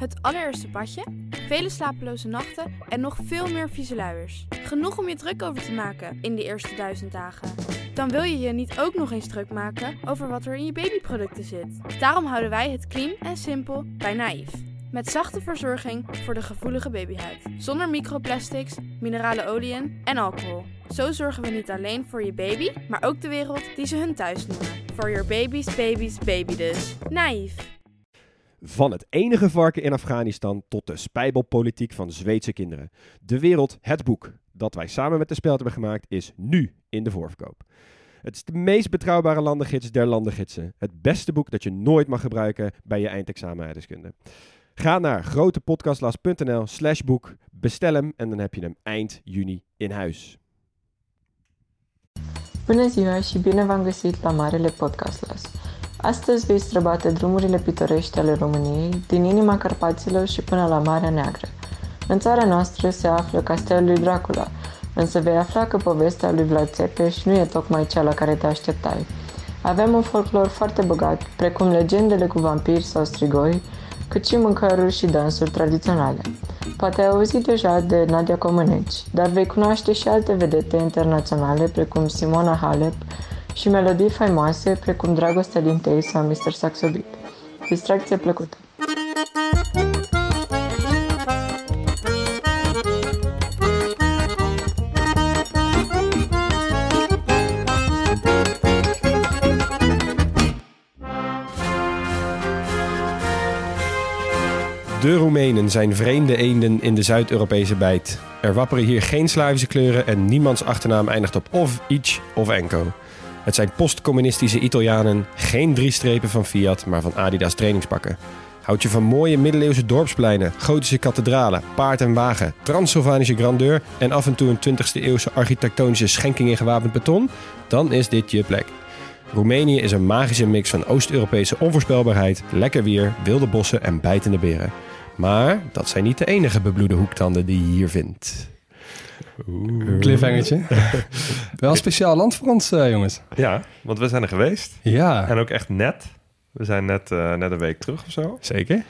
Het allereerste badje, vele slapeloze nachten en nog veel meer vieze luiers. Genoeg om je druk over te maken in die eerste 1000 dagen. Dan wil je je niet ook nog eens druk maken over wat er in je babyproducten zit. Daarom houden wij het clean en simpel bij Naïef. Met zachte verzorging voor de gevoelige babyhuid. Zonder microplastics, minerale oliën en alcohol. Zo zorgen we niet alleen voor je baby, maar ook de wereld die ze hun thuis noemen. For your baby's baby dus. Naïef. Van het enige varken in Afghanistan tot de spijbelpolitiek van Zweedse kinderen. De Wereld, het boek dat wij samen met de Speld hebben gemaakt, is nu in de voorverkoop. Het is de meest betrouwbare landengids der landengidsen. Het beste boek dat je nooit mag gebruiken bij je eindexamen aardrijkskunde. Ga naar grotepodcastlas.nl/boek, bestel hem en dan heb je hem eind juni in huis. Bună ziua și bine v-am găsit la Marele Podcastlas. Astăzi vei străbate drumurile pitorești ale României, din inima Carpaților și până la Marea Neagră. În țara noastră se află castelul lui Dracula, însă vei afla că povestea lui Vlad Țepeș nu e tocmai cea la care te așteptai. Avem un folclor foarte bogat, precum legendele cu vampiri sau strigoi, cât și mâncăruri și dansuri tradiționale. Poate ai auzit deja de Nadia Comăneci, dar vei cunoaște și alte vedete internaționale precum Simona Halep și melodii faimoase precum Dragostea din tei sau Mr. Saxo Beat. Distracție plăcută! De Roemenen zijn vreemde eenden in de Zuid-Europese bijt. Er wapperen hier geen Slavische kleuren en niemands achternaam eindigt op of Ic of Enco. Het zijn postcommunistische Italianen, geen 3 strepen van Fiat, maar van Adidas trainingspakken. Houd je van mooie middeleeuwse dorpspleinen, gotische kathedralen, paard en wagen, Transylvanische grandeur en af en toe een 20e eeuwse architectonische schenking in gewapend beton? Dan is dit je plek. Roemenië is een magische mix van Oost-Europese onvoorspelbaarheid, lekker weer, wilde bossen en bijtende beren. Maar dat zijn niet de enige bebloede hoektanden die je hier vindt. Cliffhangertje. Wel een speciaal land voor ons, jongens. Ja, want we zijn er geweest. Ja. En ook echt net. We zijn net een week terug of zo. Zeker.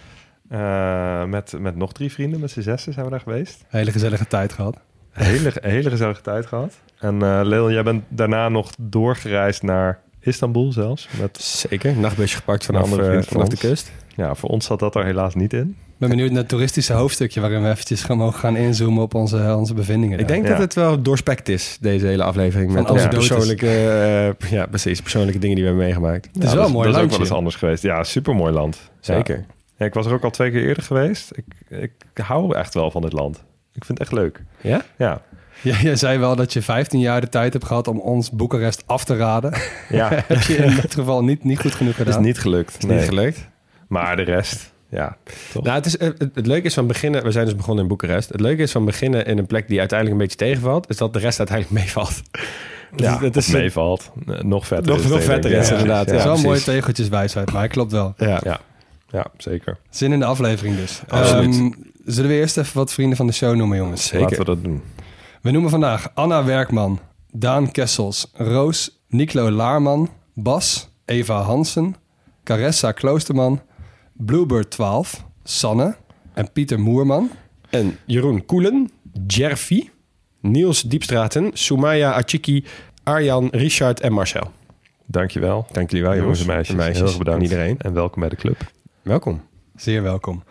Met nog 3 vrienden, met z'n 6 zijn we daar geweest. Hele gezellige tijd gehad. Hele gezellige tijd gehad. En Leon, jij bent daarna nog doorgereisd naar Istanbul zelfs. Zeker, nachtbusje gepakt vanaf de kust. Ja, voor ons zat dat er helaas niet in. Ik ben benieuwd naar het toeristische hoofdstukje waarin we eventjes mogen gaan inzoomen op onze bevindingen. Ik denk dat het wel doorspekt is, deze hele aflevering. Met onze persoonlijke, persoonlijke dingen die we hebben meegemaakt. Het is wel een mooi landje. Dat is ook wel eens anders geweest. Ja, supermooi land. Zeker. Ja. Ja, ik was er ook al 2 keer eerder geweest. Ik hou echt wel van dit land. Ik vind het echt leuk. Ja? Ja. Ja, jij zei wel dat je 15 jaar de tijd hebt gehad om ons Boekarest af te raden. Ja. Heb je in dit geval niet goed genoeg gedaan? Het is niet gelukt. Niet gelukt. Maar de rest, ja. Toch? Nou, het leuke is van beginnen... We zijn dus begonnen in Boekarest. Het leuke is van beginnen in een plek die uiteindelijk een beetje tegenvalt... is dat de rest uiteindelijk meevalt. Ja, het is meevalt. Nog vetter is. Nog vetter is, inderdaad. Het is wel een mooie tegeltjeswijsheid, maar hij klopt wel. Ja, zeker. Zin in de aflevering dus. Absoluut. Zullen we eerst even wat vrienden van de show noemen, jongens? Zeker. Laten we dat doen. We noemen vandaag Anna Werkman, Daan Kessels, Roos, Niklo Laarman, Bas, Eva Hansen, Caressa Kloosterman, Bluebird 12, Sanne en Pieter Moerman. En Jeroen Koelen, Jervi, Niels Diepstraten, Soumaya Achiki, Arjan, Richard en Marcel. Dankjewel. Dank jullie wel, jongens en meisjes. Heel erg bedankt. En iedereen. En welkom bij de club. Welkom. Zeer welkom.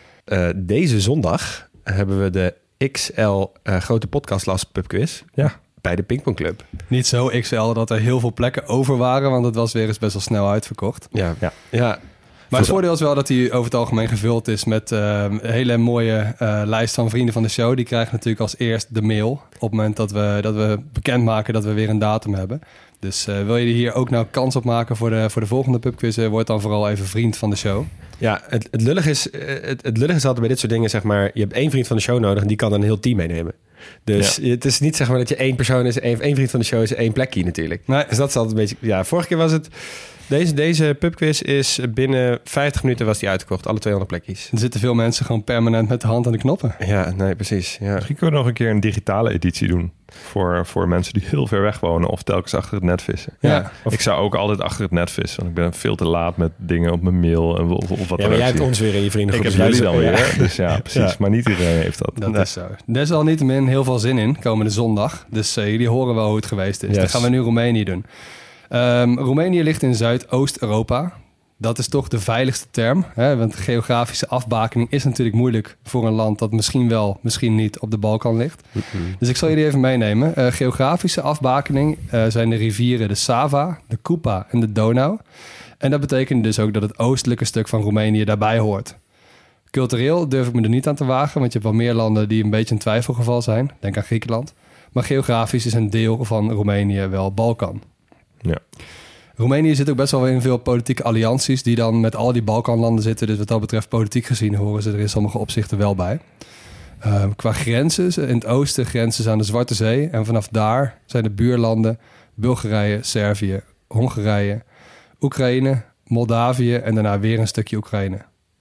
Deze zondag hebben we de XL Grote Podcastlas pubquiz bij de Pingpong Club. Niet zo XL dat er heel veel plekken over waren, want het was weer eens best wel snel uitverkocht. Ja. Maar het voordeel is wel dat hij over het algemeen gevuld is met een hele mooie lijst van vrienden van de show. Die krijgen natuurlijk als eerst de mail op het moment dat we bekendmaken dat we weer een datum hebben. Dus wil je hier ook nou kans op maken voor de volgende pubquiz, word dan vooral even vriend van de show. Ja, het lullig is altijd bij dit soort dingen, zeg maar, je hebt 1 vriend van de show nodig en die kan dan een heel team meenemen. Dus het is niet, zeg maar, dat je 1 persoon is, 1 vriend van de show is 1 plekje natuurlijk. Nee. Dus dat is altijd een beetje... Ja, vorige keer was het... Deze pubquiz is binnen 50 minuten was die uitgekocht. Alle 200 plekjes. Er zitten veel mensen gewoon permanent met de hand aan de knoppen. Ja, nee, precies. Ja. Misschien kunnen we nog een keer een digitale editie doen. voor mensen die heel ver weg wonen of telkens achter het net vissen. Ja. Ik zou ook altijd achter het net vissen, want ik ben veel te laat met dingen op mijn mail of wat Ja, dan maar ook. jij hebt ons weer in je vriendengroep. Ik heb dus jullie dan wij- weer, hè? Dus ja, precies. Ja. Maar niet iedereen heeft dat. Dat is zo. Desalniettemin heel veel zin in komende zondag. Dus jullie horen wel hoe het geweest is. Yes. Dan gaan we nu Roemenië doen. Roemenië ligt in Zuidoost-Europa. Dat is toch de veiligste term. Hè? Want geografische afbakening is natuurlijk moeilijk voor een land dat misschien wel, misschien niet op de Balkan ligt. Dus ik zal jullie even meenemen. Geografische afbakening zijn de rivieren de Sava, de Kupa en de Donau. En dat betekent dus ook dat het oostelijke stuk van Roemenië daarbij hoort. Cultureel durf ik me er niet aan te wagen, want je hebt wel meer landen die een beetje een twijfelgeval zijn. Denk aan Griekenland. Maar geografisch is een deel van Roemenië wel Balkan. Ja. Roemenië zit ook best wel in veel politieke allianties die dan met al die Balkanlanden zitten. Dus wat dat betreft politiek gezien horen ze er in sommige opzichten wel bij. Qua grenzen, in het oosten grenzen ze aan de Zwarte Zee. En vanaf daar zijn de buurlanden Bulgarije, Servië, Hongarije, Oekraïne, Moldavië en daarna weer een stukje Oekraïne.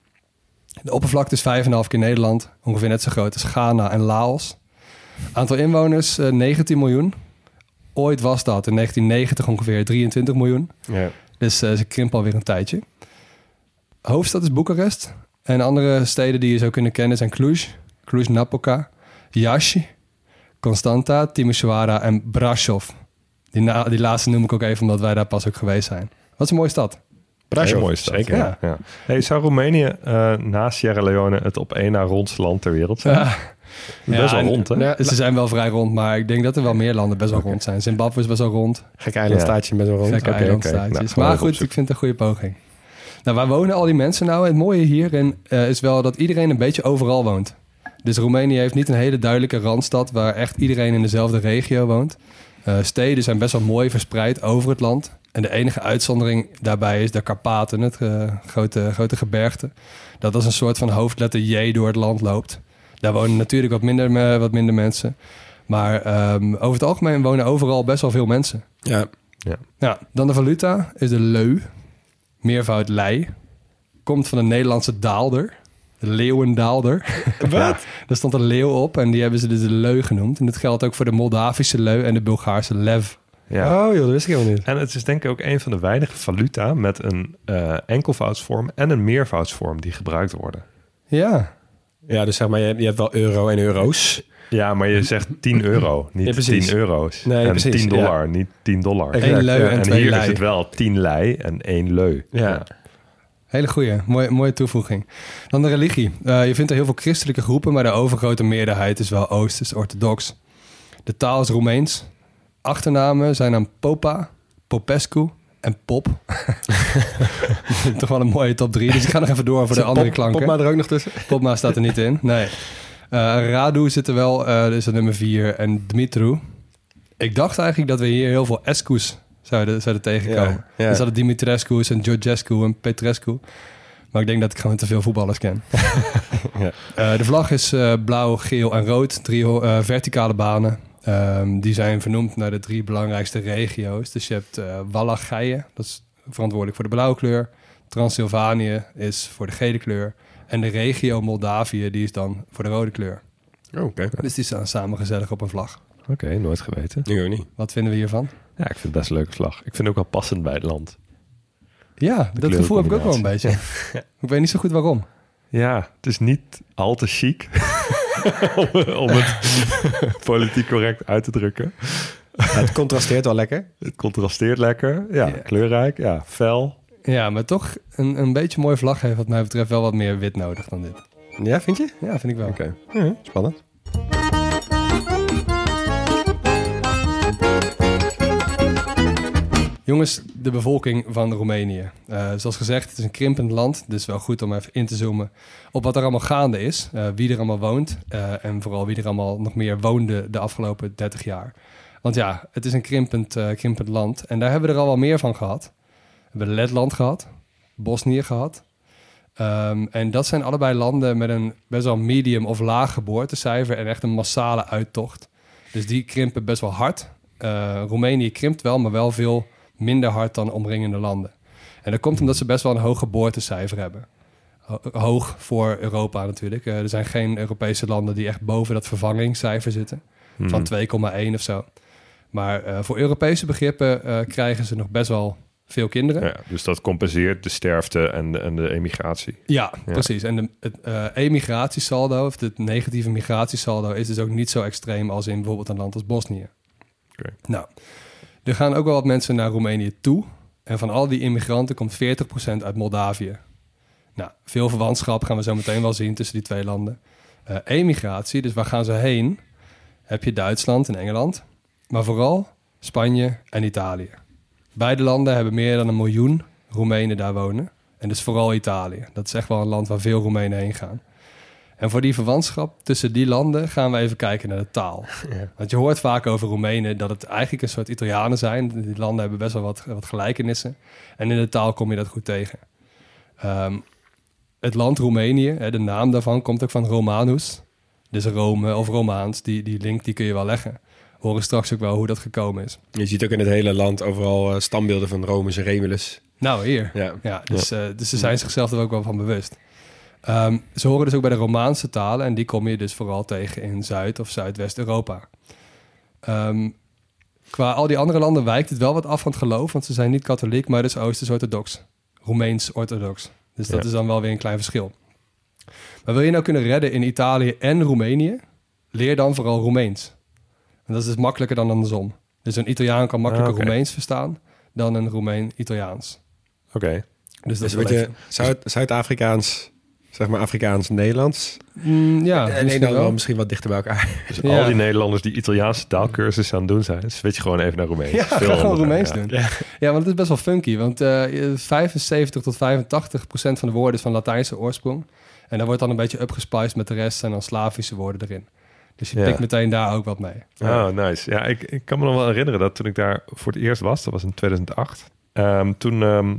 De oppervlakte is 5,5 keer Nederland, ongeveer net zo groot als Ghana en Laos. Aantal inwoners 19 miljoen. Ooit was dat in 1990 ongeveer 23 miljoen. Ja. Dus ze krimpen alweer een tijdje. Hoofdstad is Boekarest. En andere steden die je zou kunnen kennen zijn Cluj, Cluj-Napoca, Iași, Constanta, Timișoara en Brașov. Die laatste noem ik ook even omdat wij daar pas ook geweest zijn. Wat is een mooie stad. Heel mooi stad. zeker. Ja. Ja. Hey, zou Roemenië na Sierra Leone het op één na rondste land ter wereld zijn? Best wel en- rond, hè? Ja, ze zijn wel vrij rond, maar ik denk dat er wel meer landen best wel rond zijn. Zimbabwe is best wel rond. Gekke eilandstaatje met zo'n rond. Gekke Oké, eilandstaatjes. oké. Nou, maar gewoon goed, opzoeken. ik vind het een goede poging. Nou, waar wonen al die mensen nou? Het mooie hierin is wel dat iedereen een beetje overal woont. Dus Roemenië heeft niet een hele duidelijke randstad waar echt iedereen in dezelfde regio woont. Steden zijn best wel mooi verspreid over het land. En de enige uitzondering daarbij is de Karpaten, het grote gebergte. Dat als een soort van hoofdletter J door het land loopt. Daar wonen natuurlijk wat minder mensen. Maar over het algemeen wonen overal best wel veel mensen. Ja. Ja, dan de valuta is de leu. Meervoud lei. Komt van de Nederlandse daalder. De leeuwendaalder. Wat? Daar stond een leeuw op en die hebben ze dus de leu genoemd. En dat geldt ook voor de Moldavische leu en de Bulgaarse lev. Ja. Oh joh, dat wist ik helemaal niet. En het is denk ik ook een van de weinige valuta met een enkelvoudsvorm en een meervoudsvorm die gebruikt worden. Ja, Ja, dus zeg maar, je hebt wel euro en euro's. Ja, maar je zegt 10 euro, niet Ja, precies. 10 euro's. Nee, en precies, 10 dollar, niet 10 dollar. Exact. één leu Ja, en En 2 hier lei. is het wel 10 lei en 1 leu. Ja. Hele goeie, mooie toevoeging. Dan de religie. Je vindt er heel veel christelijke groepen, maar de overgrote meerderheid is wel Oosters-orthodox. De taal is Roemeens. Achternamen zijn dan Popa, Popescu en Pop. Toch wel een mooie top 3. Dus ik ga nog even door voor de andere klanken. Pop maar er ook nog tussen. Popma staat er niet in, nee. Radu zit er wel, dat is de nummer 4. En Dumitru. Ik dacht eigenlijk dat we hier heel veel Escu's zouden tegenkomen. Ja, ja. Dus hadden Dimitrescu's en Georgescu en Petrescu. Maar ik denk dat ik gewoon te veel voetballers ken. Ja. De vlag is blauw, geel en rood. 3 verticale banen. Die zijn vernoemd naar de 3 belangrijkste regio's. Dus je hebt Wallachije, dat is verantwoordelijk voor de blauwe kleur. Transylvanië is voor de gele kleur. En de regio Moldavië, die is dan voor de rode kleur. Oh, oké. Dus die staan samen gezellig op een vlag. Oké, nooit geweten. Ik ook niet. Wat vinden we hiervan? Ja, ik vind het best een leuke vlag. Ik vind het ook wel passend bij het land. Ja, dat gevoel heb ik ook wel een beetje. Ik weet niet zo goed waarom. Ja, het is niet al te chic om het politiek correct uit te drukken. Ja, het contrasteert wel lekker. Het contrasteert lekker. Ja, Ja. kleurrijk. Ja, fel. Ja, maar toch een beetje mooie vlag heeft wat mij betreft wel wat meer wit nodig dan dit. Ja, vind je? Ja, vind ik wel. Oké. Spannend. Jongens, de bevolking van Roemenië. Zoals gezegd, het is een krimpend land. Dus wel goed om even in te zoomen op wat er allemaal gaande is. Wie er allemaal woont. En vooral wie er allemaal nog meer woonde de afgelopen 30 jaar. Want ja, het is een krimpend land. En daar hebben we er al wel meer van gehad. We hebben Letland gehad. Bosnië gehad. En dat zijn allebei landen met een best wel medium of laag geboortecijfer. En echt een massale uittocht. Dus die krimpen best wel hard. Roemenië krimpt wel, maar wel veel minder hard dan omringende landen. En dat komt omdat ze best wel een hoog geboortecijfer hebben. Hoog voor Europa natuurlijk. Er zijn geen Europese landen die echt boven dat vervangingscijfer zitten. van 2,1 of zo. Maar voor Europese begrippen krijgen ze nog best wel veel kinderen. Ja, dus dat compenseert de sterfte en de emigratie. Ja, precies. En het emigratiesaldo, of het negatieve migratiesaldo, is dus ook niet zo extreem als in bijvoorbeeld een land als Bosnië. Oké. Nou, er gaan ook wel wat mensen naar Roemenië toe. En van al die immigranten komt 40% uit Moldavië. Nou, veel verwantschap gaan we zo meteen wel zien tussen die twee landen. Emigratie, dus waar gaan ze heen? Heb je Duitsland en Engeland, maar vooral Spanje en Italië. Beide landen hebben meer dan 1 miljoen Roemenen daar wonen. En dus vooral Italië. Dat is echt wel een land waar veel Roemenen heen gaan. En voor die verwantschap tussen die landen gaan we even kijken naar de taal. Ja. Want je hoort vaak over Roemenen dat het eigenlijk een soort Italianen zijn. Die landen hebben best wel wat gelijkenissen. En in de taal kom je dat goed tegen. Het land Roemenië, de naam daarvan komt ook van Romanus. Dus Rome of Romaans, die link die kun je wel leggen. We horen straks ook wel hoe dat gekomen is. Je ziet ook in het hele land overal standbeelden van Romulus en Remulus. Nou, hier. Ja. Dus ze zijn zichzelf er ook wel van bewust. Ze horen dus ook bij de Romaanse talen... en die kom je dus vooral tegen in Zuid- of Zuidwest-Europa. Qua al die andere landen wijkt het wel wat af van het geloof... want ze zijn niet katholiek, maar dus Oosters-orthodox. Roemeens-orthodox. Dus dat is dan wel weer een klein verschil. Maar wil je nou kunnen redden in Italië en Roemenië... leer dan vooral Roemeens. En dat is dus makkelijker dan andersom. Dus een Italiaan kan makkelijker Roemeens verstaan... dan een Roemeen Italiaans. Oké. Dus dat Dus is een beetje Zuid-Afrikaans, zeg maar Ja, Afrikaans-Nederlands. En misschien Nederland wel. wel misschien wat dichter bij elkaar. Dus Ja. al die Nederlanders die Italiaanse taalkursus aan het doen zijn... switch gewoon even naar Roemeens. Ja, Veel ga gewoon handiger, Roemeens ja. doen. Ja, want het is best wel funky. Want 75 tot 85% van de woorden is van Latijnse oorsprong. En daar wordt dan een beetje upgespiced met de rest... en dan Slavische woorden erin. Dus je pikt meteen daar ook wat mee. Oh, nice. Ja, ik kan me nog wel herinneren dat toen ik daar voor het eerst was... dat was in 2008... toen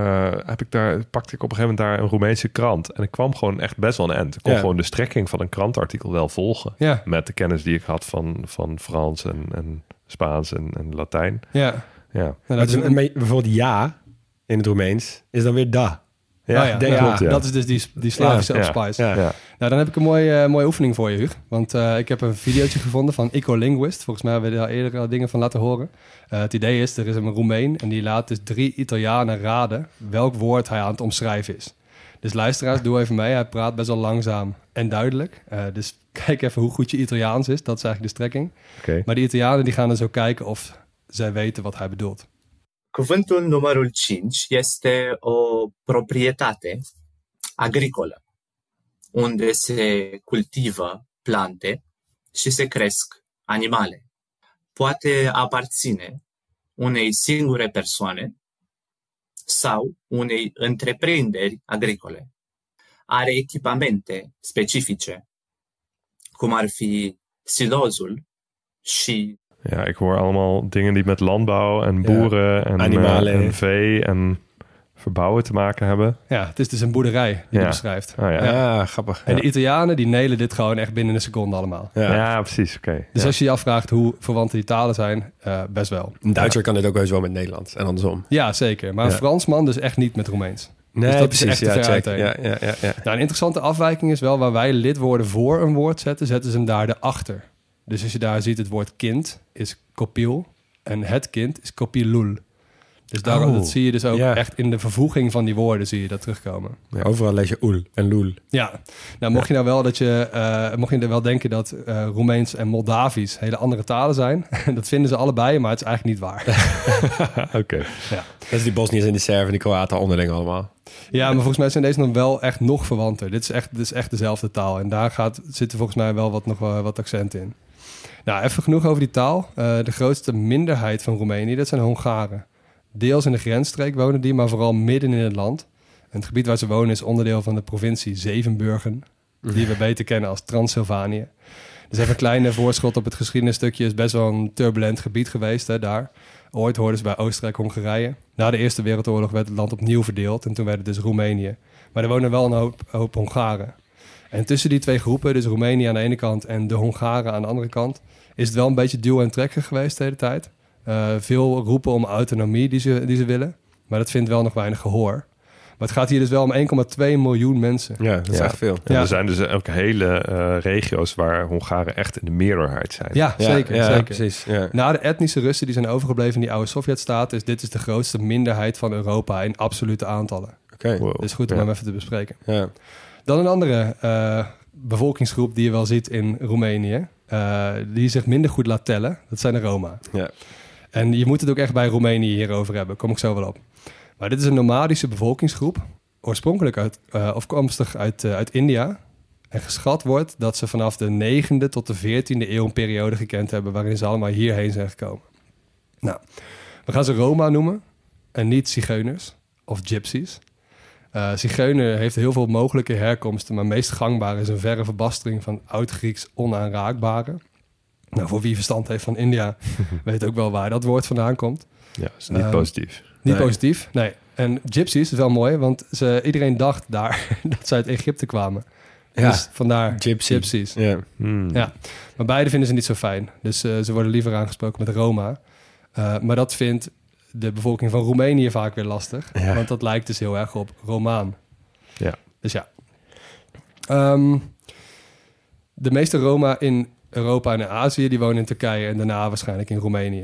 pakte ik op een gegeven moment daar een Roemeense krant. En ik kwam gewoon echt best wel een eind. Ik kon gewoon de strekking van een krantartikel wel volgen. Ja. Met de kennis die ik had van Frans en Spaans en Latijn. Ja. Ja. Nou, dat is Bijvoorbeeld ja in het Roemeens is dan weer da. Ja, klopt, ja. Dat is dus die Slavische Ja, upspice. Ja. Ja. Nou, dan heb ik een mooie oefening voor je, Huug. Want ik heb een videootje gevonden van Ecolinguist. Volgens mij hebben we daar eerder al dingen van laten horen. Het idee is, er is een Roemeen en die laat dus 3 Italianen raden welk woord hij aan het omschrijven is. Dus luisteraars, doe even mee. Hij praat best wel langzaam en duidelijk. Dus kijk even hoe goed je Italiaans is. Dat is eigenlijk de strekking. Oké. Maar die Italianen die gaan dus ook kijken of zij weten wat hij bedoelt. Cuvântul numărul 5 este o proprietate agricolă, unde se cultivă plante și se cresc animale. Poate aparține unei singure persoane sau unei întreprinderi agricole. Are echipamente specifice, cum ar fi silozul și Ja, ik hoor allemaal dingen die met landbouw en boeren en animalen en vee en verbouwen te maken hebben. Ja, het is dus een boerderij die hij beschrijft. Oh, ja. Ja, grappig. En de Italianen die nailen dit gewoon echt binnen een seconde allemaal. Ja, precies. Oké. Dus Ja. als je je afvraagt hoe verwant die talen zijn, best wel. Een Duitser kan dit ook heus wel met Nederlands en andersom. Ja, zeker. Maar een Fransman dus echt niet met Roemeens. Nee, Dus dat is echt te ver check. uiteen. Ja. Nou, een interessante afwijking is wel waar wij lidwoorden voor een woord zetten, zetten ze hem daar erachter. Dus als je daar ziet het woord kind is kopiel en het kind is kopilul. Dus daarom, dat zie je dus ook echt in de vervoeging van die woorden zie je dat terugkomen. Ja, overal lees je oel en loel. Ja, nou mocht je nou wel mocht je er wel denken dat Roemeens en Moldavisch hele andere talen zijn. Dat vinden ze allebei, maar het is eigenlijk niet waar. Oké. Ja. Dat is die Bosniërs en die Serven en die Kroaten onderling allemaal. Ja, maar volgens mij zijn deze dan wel echt nog verwanter. Dit is echt dezelfde taal. En daar zitten volgens mij wel nog wat accenten in. Nou, even genoeg over die taal. De grootste minderheid van Roemenië, dat zijn Hongaren. Deels in de grensstreek wonen die, maar vooral midden in het land. En het gebied waar ze wonen is onderdeel van de provincie Zevenburgen, die we beter kennen als Transylvanië. Dus even een kleine voorschot op het geschiedenisstukje. Is best wel een turbulent gebied geweest daar. Ooit hoorden ze bij Oostenrijk-Hongarije. Na de Eerste Wereldoorlog werd het land opnieuw verdeeld en toen werd het dus Roemenië. Maar er wonen wel een hoop Hongaren. En tussen die twee groepen, dus Roemenië aan de ene kant en de Hongaren aan de andere kant, is het wel een beetje duw en trekken geweest de hele tijd. Veel roepen om autonomie die ze willen, maar dat vindt wel nog weinig gehoor. Maar het gaat hier dus wel om 1,2 miljoen mensen. Ja, dat is echt veel. En Ja. er zijn dus ook hele regio's waar Hongaren echt in de meerderheid zijn. Ja, zeker. Ja, zeker. precies. Ja. Na de etnische Russen die zijn overgebleven in die oude Sovjetstaat... is dit de grootste minderheid van Europa in absolute aantallen. Oké. Wow. Dus goed om hem even te bespreken. Ja. Dan een andere bevolkingsgroep die je wel ziet in Roemenië... die zich minder goed laat tellen. Dat zijn de Roma. Ja. En je moet het ook echt bij Roemenië hierover hebben. Kom ik zo wel op. Maar dit is een nomadische bevolkingsgroep. Oorspronkelijk afkomstig uit India. En geschat wordt dat ze vanaf de 9e tot de 14e eeuw een periode gekend hebben... waarin ze allemaal hierheen zijn gekomen. Nou, we gaan ze Roma noemen. En niet zigeuners of gypsies. Zigeuner heeft heel veel mogelijke herkomsten... maar meest gangbaar is een verre verbastering van Oud-Grieks onaanraakbare. Nou, voor wie verstand heeft van India... weet ook wel waar dat woord vandaan komt. Ja, dat is niet positief. Niet Nee. positief, nee. En gypsies is wel mooi, want iedereen dacht daar dat ze uit Egypte kwamen. Ja. Dus vandaar Gypsy. gypsies. Ja. Ja, maar beide vinden ze niet zo fijn. Dus ze worden liever aangesproken met Roma. Maar dat vindt de bevolking van Roemenië vaak weer lastig. Ja. Want dat lijkt dus heel erg op Romaan. Ja. Dus ja. De meeste Roma in Europa en Azië... die wonen in Turkije en daarna waarschijnlijk in Roemenië.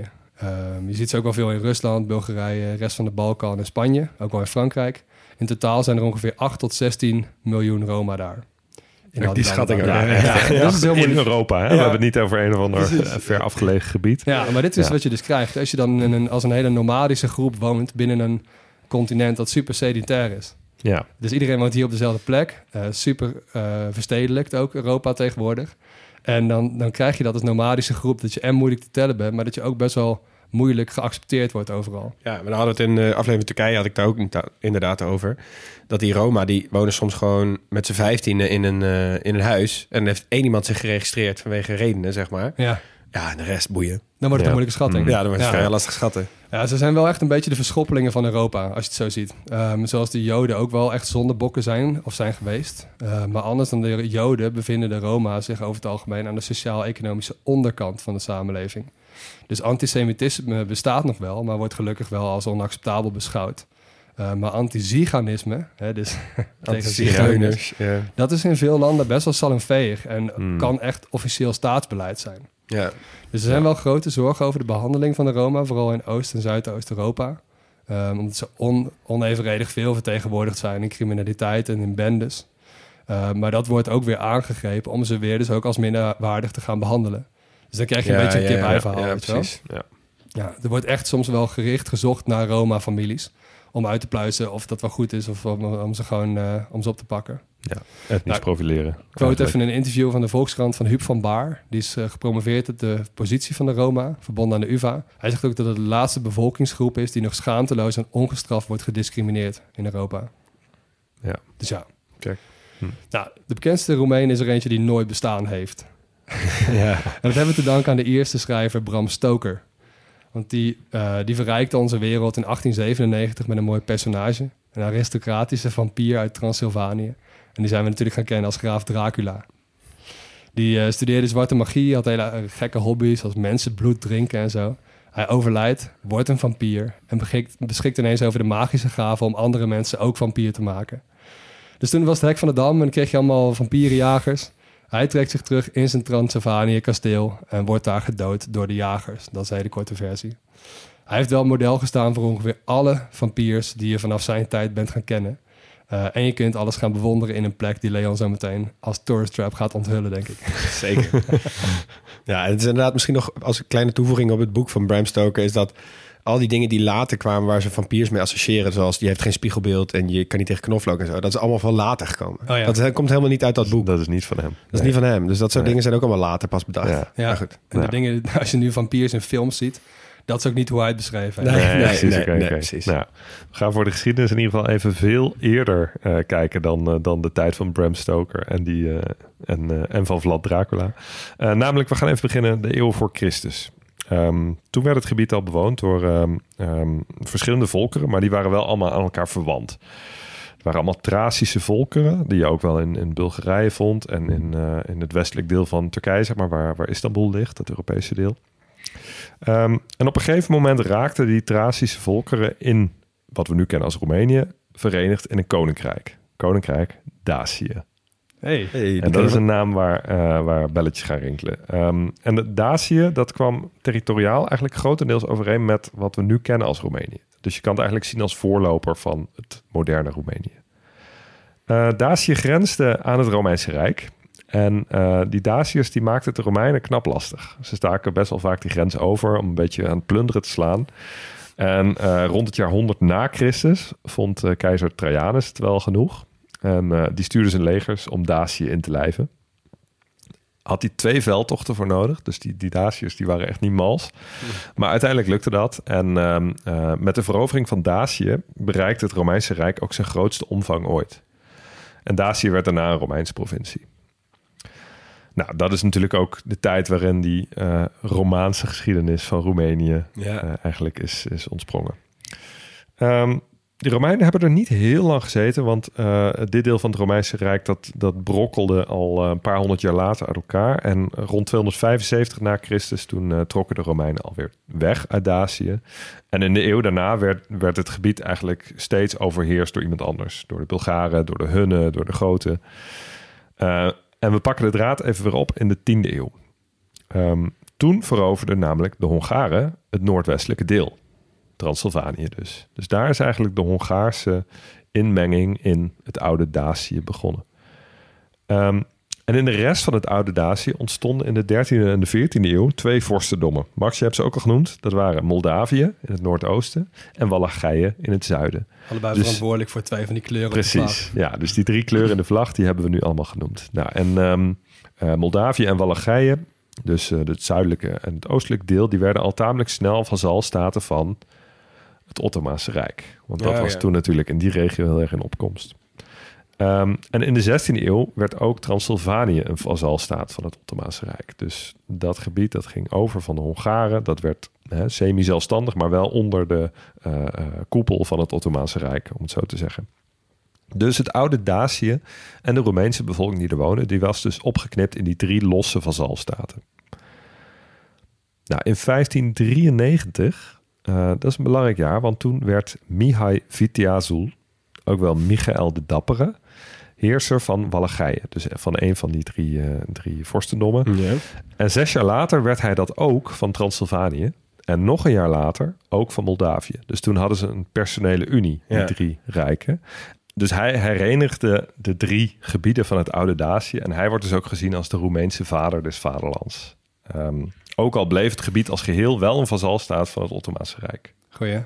Je ziet ze ook wel veel in Rusland, Bulgarije... rest van de Balkan en Spanje. Ook wel in Frankrijk. In totaal zijn er ongeveer 8 tot 16 miljoen Roma daar. In al Die schatting ook. landen. Ja. Ja, dat is heel in moeilijk. Europa, hè? We hebben het niet over een of ander ver afgelegen gebied. Ja, maar dit is Ja. wat je dus krijgt. Als je dan als een hele nomadische groep woont... binnen een continent dat super sedentair is. Ja, Dus iedereen woont hier op dezelfde plek. Super verstedelijkt ook, Europa tegenwoordig. En dan krijg je dat als nomadische groep... dat je en moeilijk te tellen bent... maar dat je ook best wel moeilijk geaccepteerd wordt overal. Ja, maar dan hadden we het in de aflevering Turkije... had ik daar ook inderdaad over. Dat die Roma, die wonen soms gewoon met z'n 15 in een huis... en dan heeft één iemand zich geregistreerd vanwege redenen, zeg maar. Ja, Ja, en de rest boeien. dan wordt het Ja. een moeilijke schatting. Ja, dan wordt het vrij lastig schatten. Ja, ze zijn wel echt een beetje de verschoppelingen van Europa, als je het zo ziet. Zoals de Joden ook wel echt zondebokken zijn of zijn geweest. Maar anders dan de Joden bevinden de Roma zich over het algemeen... aan de sociaal-economische onderkant van de samenleving. Dus antisemitisme bestaat nog wel, maar wordt gelukkig wel als onacceptabel beschouwd. Maar antiziganisme, dus tegen zigeuners, Ja. dat is in veel landen best wel salonveeg en kan echt officieel staatsbeleid zijn. Ja. Dus er zijn wel grote zorgen over de behandeling van de Roma, vooral in Oost- en Zuidoost-Europa. Omdat ze onevenredig veel vertegenwoordigd zijn in criminaliteit en in bendes. Maar dat wordt ook weer aangegrepen om ze weer dus ook als minderwaardig te gaan behandelen. Dus dan krijg je een beetje een kip-ei-verhaal, ja, weet je wel? precies. ja. Ja, er wordt echt soms wel gericht gezocht naar Roma-families. Om uit te pluizen of dat wel goed is of om ze gewoon om ze op te pakken. Ja, etnisch Nou, profileren. Ik quote even een interview van de Volkskrant van Huub van Baar. Die is gepromoveerd op de positie van de Roma, verbonden aan de UvA. Hij zegt ook dat het de laatste bevolkingsgroep is... die nog schaamteloos en ongestraft wordt gediscrimineerd in Europa. Ja. Dus ja. Check. Nou, de bekendste Roemeen is er eentje die nooit bestaan heeft. Ja. En dat hebben we te danken aan de eerste schrijver Bram Stoker. Want die verrijkte onze wereld in 1897 met een mooi personage. Een aristocratische vampier uit Transylvanië. En die zijn we natuurlijk gaan kennen als graaf Dracula. Die studeerde zwarte magie, had hele gekke hobby's... als mensenbloed drinken en zo. Hij overlijdt, wordt een vampier... en beschikt ineens over de magische gave... om andere mensen ook vampier te maken. Dus toen was het hek van de dam... en dan kreeg je allemaal vampierenjagers... Hij trekt zich terug in zijn Transylvanië kasteel... en wordt daar gedood door de jagers. Dat is de hele korte versie. Hij heeft wel model gestaan voor ongeveer alle vampiers... die je vanaf zijn tijd bent gaan kennen. En je kunt alles gaan bewonderen in een plek... die Leon zo meteen als tourist trap gaat onthullen, denk ik. Zeker. Ja, het is inderdaad misschien nog als een kleine toevoeging op het boek van Bram Stoker... is dat al die dingen die later kwamen waar ze vampiers mee associëren... zoals die heeft geen spiegelbeeld en je kan niet tegen knoflook en zo... dat is allemaal van later gekomen. Oh ja. Dat komt helemaal niet uit dat boek. Dat is niet van hem. Dat is niet van hem. Dus dat soort Nee. dingen zijn ook allemaal later pas bedacht. Ja. Ja, Maar goed. en de Ja. dingen, als je nu vampiers in films ziet... dat is ook niet hoe hij het beschreven heeft. Nee. precies. Oké. Precies. Nou, we gaan voor de geschiedenis in ieder geval even veel eerder kijken dan de tijd van Bram Stoker en van Vlad Dracula. Namelijk, we gaan even beginnen de eeuw voor Christus. Toen werd het gebied al bewoond door verschillende volkeren, maar die waren wel allemaal aan elkaar verwant. Het waren allemaal Thracische volkeren, die je ook wel in Bulgarije vond en in het westelijk deel van Turkije, zeg maar, waar Istanbul ligt, het Europese deel. En op een gegeven moment raakten die Thracische volkeren in wat we nu kennen als Roemenië verenigd in een koninkrijk. Koninkrijk Dacië. Hey. En dat is een naam waar belletjes gaan rinkelen. En de Dacië, dat kwam territoriaal eigenlijk grotendeels overeen met wat we nu kennen als Roemenië. Dus je kan het eigenlijk zien als voorloper van het moderne Roemenië. Dacië grensde aan het Romeinse Rijk. En die Daciërs die maakten het de Romeinen knap lastig. Ze staken best wel vaak die grens over om een beetje aan het plunderen te slaan. En rond het jaar 100 na Christus vond keizer Trajanus het wel genoeg. En die stuurde zijn legers om Dacië in te lijven. Had hij 2 veldtochten voor nodig. Dus die Daciërs die waren echt niet mals. Maar uiteindelijk lukte dat. En met de verovering van Dacië bereikte het Romeinse Rijk ook zijn grootste omvang ooit. En Dacië werd daarna een Romeinse provincie. Nou, dat is natuurlijk ook de tijd waarin die Romaanse geschiedenis van Roemenië eigenlijk is ontsprongen. De Romeinen hebben er niet heel lang gezeten, want dit deel van het Romeinse Rijk dat brokkelde al een paar honderd jaar later uit elkaar. En rond 275 na Christus toen trokken de Romeinen alweer weg uit Dacië. En in de eeuw daarna werd het gebied eigenlijk steeds overheerst door iemand anders. Door de Bulgaren, door de Hunnen, door de Goten. En we pakken de draad even weer op in de 10e eeuw. Toen veroverden namelijk de Hongaren het noordwestelijke deel. Transylvanië dus. Dus daar is eigenlijk de Hongaarse inmenging in het oude Dacië begonnen. En in de rest van het oude Dacië ontstonden in de 13e en de 14e eeuw 2 vorstendommen. Max, je hebt ze ook al genoemd. Dat waren Moldavië in het noordoosten en Wallachije in het zuiden. Allebei verantwoordelijk voor 2 van die kleuren. Precies, ja. Dus die 3 kleuren in de vlag, die hebben we nu allemaal genoemd. Nou, en Moldavië en Wallachije, dus het zuidelijke en het oostelijke deel, die werden al tamelijk snel vazalstaten van het Ottomaanse Rijk. Want dat was toen natuurlijk in die regio heel erg in opkomst. En in de 16e eeuw werd ook Transylvanië een vazalstaat van het Ottomaanse Rijk. Dus dat gebied dat ging over van de Hongaren. Dat werd semi-zelfstandig, maar wel onder de koepel van het Ottomaanse Rijk, om het zo te zeggen. Dus het oude Dacië en de Roemeense bevolking die er woonde, die was dus opgeknipt in die 3 losse vazalstaten. Nou, in 1593, dat is een belangrijk jaar, want toen werd Mihai Viteazul, ook wel Michael de Dappere, heerser van Wallachije. Dus van een van die 3 vorstendommen. Ja. En 6 jaar later werd hij dat ook van Transylvanië. En nog een jaar later ook van Moldavië. Dus toen hadden ze een personele unie, die 3 rijken. Dus hij herenigde de 3 gebieden van het oude Dacië. En hij wordt dus ook gezien als de Roemeense vader des vaderlands. Ook al bleef het gebied als geheel wel een vazalstaat van het Ottomaanse Rijk. Goeie.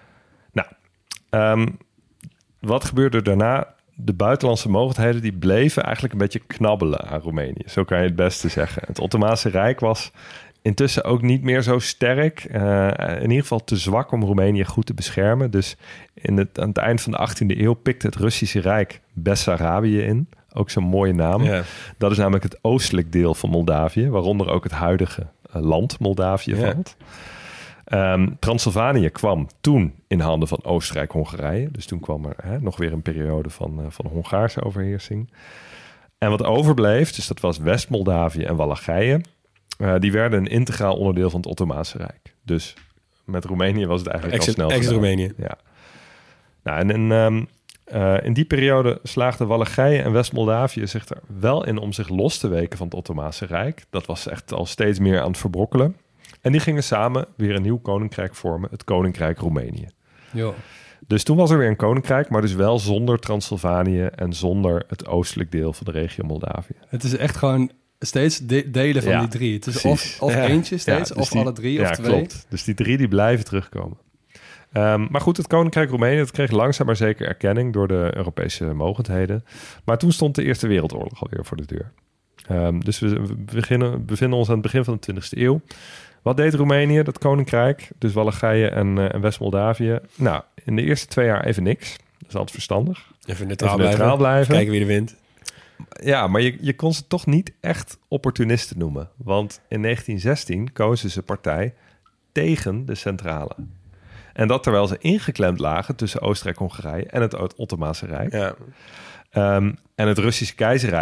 Nou, wat gebeurde daarna? De buitenlandse mogendheden die bleven eigenlijk een beetje knabbelen aan Roemenië. Zo kan je het beste zeggen. Het Ottomaanse Rijk was intussen ook niet meer zo sterk. In ieder geval te zwak om Roemenië goed te beschermen. Dus aan het eind van de 18e eeuw pikte het Russische Rijk Bessarabië in. Ook zo'n mooie naam. Ja. Dat is namelijk het oostelijk deel van Moldavië, waaronder ook het huidige land Moldavië valt. Transylvanië kwam toen in handen van Oostenrijk-Hongarije. Dus toen kwam er nog weer een periode van Hongaarse overheersing. En wat overbleef, dus dat was West-Moldavië en Wallachije, die werden een integraal onderdeel van het Ottomaanse Rijk. Dus met Roemenië was het eigenlijk al snel gedaan. Roemenië. Ja. Nou, en in die periode slaagden Wallachije en West-Moldavië zich er wel in om zich los te weken van het Ottomaanse Rijk. Dat was echt al steeds meer aan het verbrokkelen. En die gingen samen weer een nieuw koninkrijk vormen, het Koninkrijk Roemenië. Jo. Dus toen was er weer een koninkrijk, maar dus wel zonder Transylvanië en zonder het oostelijk deel van de regio Moldavië. Het is echt gewoon steeds delen van die 3. Het is of eentje steeds, dus of alle 3 of 2. Klopt. Dus die 3 die blijven terugkomen. Maar goed, het Koninkrijk Roemenië dat kreeg langzaam maar zeker erkenning door de Europese mogendheden. Maar toen stond de Eerste Wereldoorlog alweer voor de deur. Dus we bevinden ons aan het begin van de 20e eeuw. Wat deed Roemenië, dat koninkrijk, dus Wallachije en West-Moldavië? Nou, in de eerste 2 jaar even niks. Dat is altijd verstandig. Even neutraal blijven. Kijken wie er wint. Ja, maar je kon ze toch niet echt opportunisten noemen. Want in 1916 kozen ze partij tegen de centrale. En dat terwijl ze ingeklemd lagen tussen Oostenrijk-Hongarije en het Ottomaanse Rijk. Ja. En het Russische keizerrijk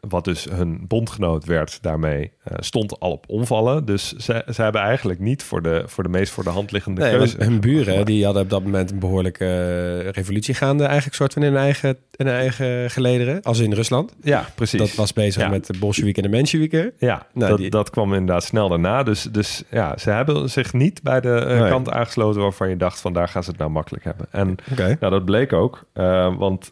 wat dus hun bondgenoot werd daarmee, stond al op omvallen. Dus ze hebben eigenlijk niet voor de meest voor de hand liggende keuze. Hun buren die hadden op dat moment een behoorlijke revolutie gaande, eigenlijk soort van in hun eigen gelederen, als in Rusland. Ja, precies. Dat was bezig met de Bolsjewieken en de Mensjewieken. Ja, dat kwam inderdaad snel daarna. Dus ja, ze hebben zich niet bij de kant aangesloten waarvan je dacht van daar gaan ze het nou makkelijk hebben. En dat bleek ook, want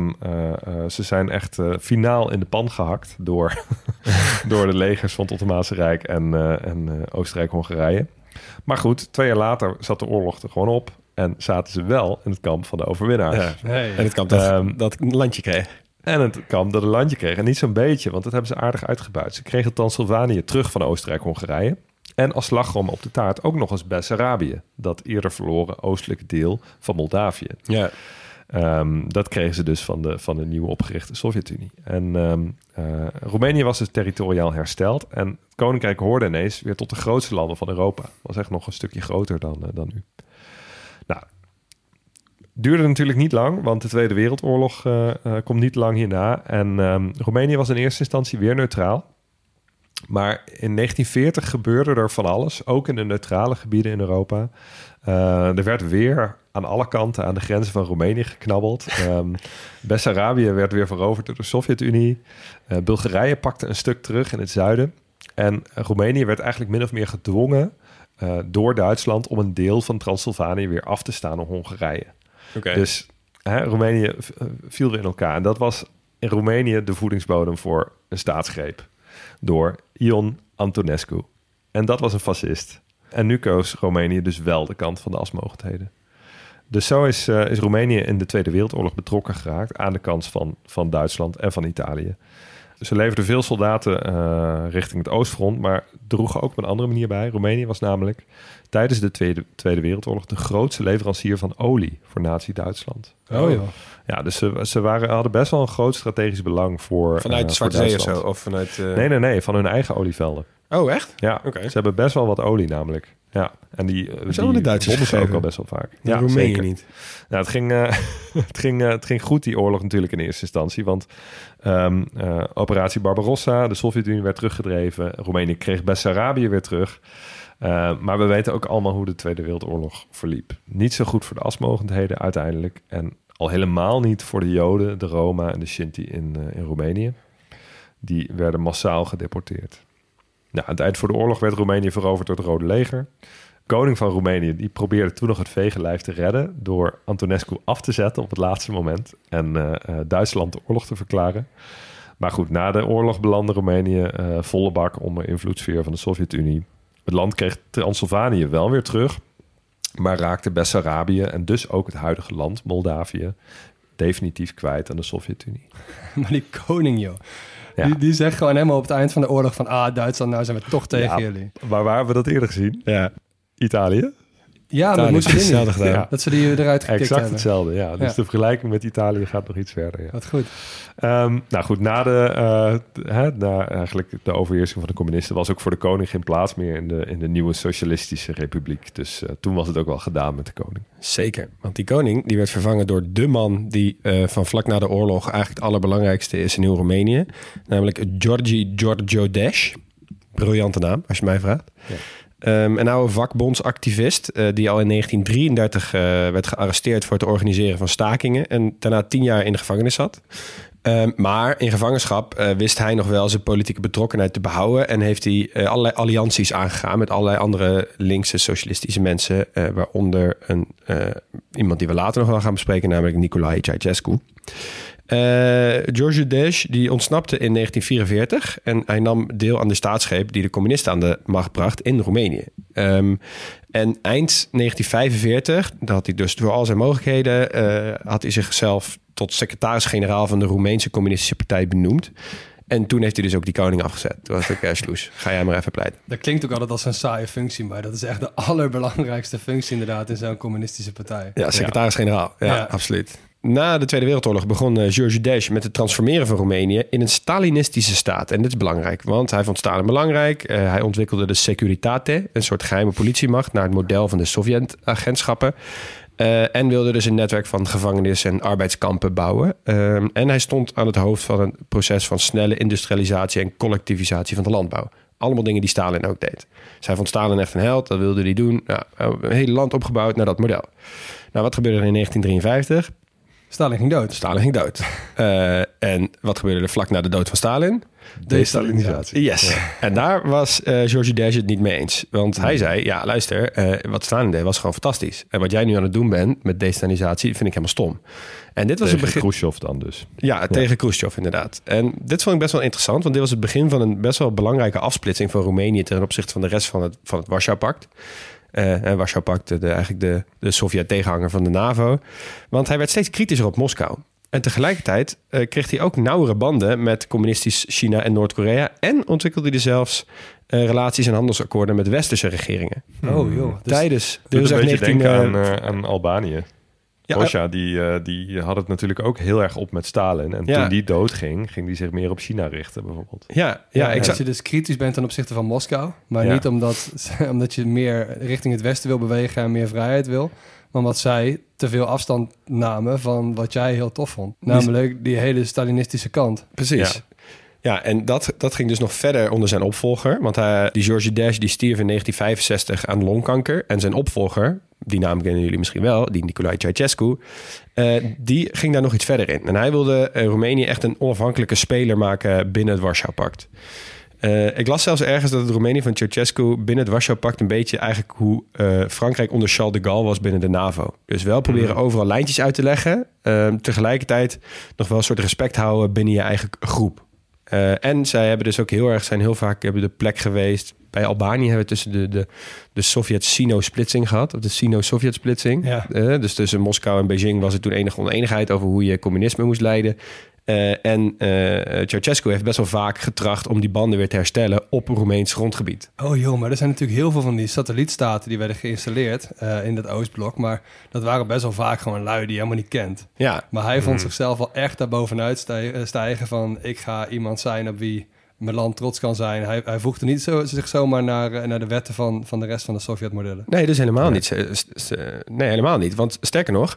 ze zijn echt finaal in de pan gehakt door de legers van het Ottomaanse Rijk en Oostenrijk-Hongarije. Maar goed, 2 jaar later zat de oorlog er gewoon op en zaten ze wel in het kamp van de overwinnaars. Ja. Hey. En het kamp dat een landje kreeg. En het kamp dat een landje kreeg. En niet zo'n beetje, want dat hebben ze aardig uitgebuit. Ze kregen Transylvanië terug van Oostenrijk-Hongarije. En als slagroom op de taart ook nog eens Bessarabië. Dat eerder verloren oostelijke deel van Moldavië. Ja. Dat kregen ze dus van de nieuwe opgerichte Sovjet-Unie. En Roemenië was dus territoriaal hersteld. En het koninkrijk hoorde ineens weer tot de grootste landen van Europa. Was echt nog een stukje groter dan nu. Nou, duurde natuurlijk niet lang, want de Tweede Wereldoorlog komt niet lang hierna. En Roemenië was in eerste instantie weer neutraal. Maar in 1940 gebeurde er van alles, ook in de neutrale gebieden in Europa. Er werd weer aan alle kanten aan de grenzen van Roemenië geknabbeld. Bessarabië werd weer veroverd door de Sovjet-Unie. Bulgarije pakte een stuk terug in het zuiden. En Roemenië werd eigenlijk min of meer gedwongen door Duitsland om een deel van Transylvanië weer af te staan aan Hongarije. Okay. Dus Roemenië viel weer in elkaar. En dat was in Roemenië de voedingsbodem voor een staatsgreep door Ion Antonescu. En dat was een fascist. En nu koos Roemenië dus wel de kant van de asmogendheden. Dus zo is Roemenië in de Tweede Wereldoorlog betrokken geraakt aan de kant van Duitsland en van Italië. Ze leverden veel soldaten richting het Oostfront, maar droegen ook op een andere manier bij. Roemenië was namelijk tijdens de Tweede Wereldoorlog de grootste leverancier van olie voor Nazi-Duitsland. Oh joh. Ja, dus ze hadden best wel een groot strategisch belang voor vanuit de Zwarte Zee of zo? Of vanuit, Nee, van hun eigen olievelden. Oh, echt? Ja, ze hebben best wel wat olie namelijk. Ja, en die de Duitsers bonden ze ook al best wel vaak. Ja, Roemenië niet. Nou, het ging goed, die oorlog natuurlijk in eerste instantie. Want operatie Barbarossa, de Sovjet-Unie werd teruggedreven. Roemenië kreeg Bessarabië weer terug. Maar we weten ook allemaal hoe de Tweede Wereldoorlog verliep. Niet zo goed voor de asmogendheden uiteindelijk. En al helemaal niet voor de Joden, de Roma en de Shinti in Roemenië. Die werden massaal gedeporteerd. Nou, aan het eind voor de oorlog werd Roemenië veroverd door het Rode Leger. Koning van Roemenië die probeerde toen nog het vegenlijf te redden door Antonescu af te zetten op het laatste moment en Duitsland de oorlog te verklaren. Maar goed, na de oorlog belandde Roemenië volle bak onder invloedssfeer van de Sovjet-Unie. Het land kreeg Transylvanië wel weer terug, maar raakte Bessarabië en dus ook het huidige land, Moldavië, definitief kwijt aan de Sovjet-Unie. Maar die koning, joh. Ja. Die zegt gewoon helemaal op het eind van de oorlog van... Duitsland, nou zijn we toch tegen jullie. Maar waar hebben we dat eerder gezien? Ja. Italië? Ja, maar moeten we hetzelfde gedaan. Ja. Dat ze die eruit gekikt exact hebben. Hetzelfde, ja. Dus de vergelijking met Italië gaat nog iets verder. Ja. Wat goed. Nou goed, na eigenlijk de overheersing van de communisten... was ook voor de koning geen plaats meer in de nieuwe socialistische republiek. Dus toen was het ook wel gedaan met de koning. Zeker, want die koning die werd vervangen door de man... die van vlak na de oorlog eigenlijk het allerbelangrijkste is in heel Roemenië. Namelijk Georgi Georgiou. Briljante naam, als je mij vraagt. Ja. Een oude vakbondsactivist die al in 1933 werd gearresteerd voor het organiseren van stakingen en daarna 10 jaar in de gevangenis zat. Maar in gevangenschap wist hij nog wel zijn politieke betrokkenheid te behouden en heeft hij allerlei allianties aangegaan met allerlei andere linkse socialistische mensen, waaronder iemand die we later nog wel gaan bespreken, namelijk Nicolae Ceausescu. Georgiou die ontsnapte in 1944 en hij nam deel aan de staatsgreep die de communisten aan de macht bracht in Roemenië. En eind 1945, dat had hij dus door al zijn mogelijkheden, had hij zichzelf tot secretaris-generaal van de Roemeense Communistische Partij benoemd. En toen heeft hij dus ook die koning afgezet. Toen was het Sloes. Ga jij maar even pleiten. Dat klinkt ook altijd als een saaie functie, maar dat is echt de allerbelangrijkste functie inderdaad in zo'n communistische partij. Ja, secretaris-generaal. Ja, absoluut. Na de Tweede Wereldoorlog begon Georgiou met het transformeren van Roemenië in een Stalinistische staat. En dit is belangrijk, want hij vond Stalin belangrijk. Hij ontwikkelde de Securitate, een soort geheime politiemacht, naar het model van de Sovjet-agentschappen. En wilde dus een netwerk van gevangenissen en arbeidskampen bouwen. En hij stond aan het hoofd van een proces van snelle industrialisatie en collectivisatie van de landbouw. Allemaal dingen die Stalin ook deed. Zij vond Stalin echt een held, dat wilde hij doen. Nou, een hele land opgebouwd naar dat model. Nou, wat gebeurde er in 1953? Stalin ging dood. Stalin ging dood. En wat gebeurde er vlak na de dood van Stalin? Destalinisatie. Yes. Ja. En daar was Georges Dej het niet mee eens. Want hij zei, ja luister, wat Stalin deed was gewoon fantastisch. En wat jij nu aan het doen bent met destalinisatie vind ik helemaal stom. En dit was Tegen het begin. Khrushchev dan dus. Ja, tegen Khrushchev inderdaad. En dit vond ik best wel interessant, want dit was het begin van een best wel belangrijke afsplitsing van Roemenië ten opzichte van de rest van het Warschau-pact. Warschau-pact, eigenlijk de Sovjet-tegenhanger van de NAVO. Want hij werd steeds kritischer op Moskou. En tegelijkertijd kreeg hij ook nauwere banden met communistisch China en Noord-Korea. En ontwikkelde hij zelfs relaties en handelsakkoorden met westerse regeringen. Oh joh. Dus Tijdens... Doet Dus een beetje 19, denken aan Albanië. Ja, Gosha, die had het natuurlijk ook heel erg op met Stalin. En toen die doodging, ging die zich meer op China richten bijvoorbeeld. Als je dus kritisch bent ten opzichte van Moskou. Maar niet omdat je meer richting het westen wil bewegen en meer vrijheid wil. Maar omdat zij te veel afstand namen van wat jij heel tof vond. Namelijk die hele Stalinistische kant. Precies. Ja, en dat ging dus nog verder onder zijn opvolger. Want die Georges Dej die stierf in 1965 aan longkanker. En zijn opvolger, die naam kennen jullie misschien wel, die Nicolae Ceausescu, die ging daar nog iets verder in. En hij wilde Roemenië echt een onafhankelijke speler maken binnen het Warschau-pact. Ik las zelfs ergens dat het Roemenië van Ceausescu binnen het Warschau-pact een beetje eigenlijk hoe Frankrijk onder Charles de Gaulle was binnen de NAVO. Dus wel proberen overal lijntjes uit te leggen. Tegelijkertijd nog wel een soort respect houden binnen je eigen groep. En zij hebben dus ook zijn heel vaak de plek geweest. Bij Albanië hebben we tussen de Sovjet-Sino-splitsing gehad. Of de Sino-Sovjet-splitsing. Ja. Dus tussen Moskou en Beijing was er toen enige oneenigheid over hoe je communisme moest leiden. En Ceausescu heeft best wel vaak getracht om die banden weer te herstellen op Roemeens grondgebied. Oh joh, maar er zijn natuurlijk heel veel van die satellietstaten die werden geïnstalleerd in dat Oostblok. Maar dat waren best wel vaak gewoon lui die je helemaal niet kent. Ja. Maar hij vond zichzelf wel echt daarbovenuit stijgen van ik ga iemand zijn op wie mijn land trots kan zijn. Hij voegde niet zich zomaar naar de wetten van de rest van de Sovjet-modellen. Nee, dus helemaal niet. Nee, helemaal niet. Want sterker nog,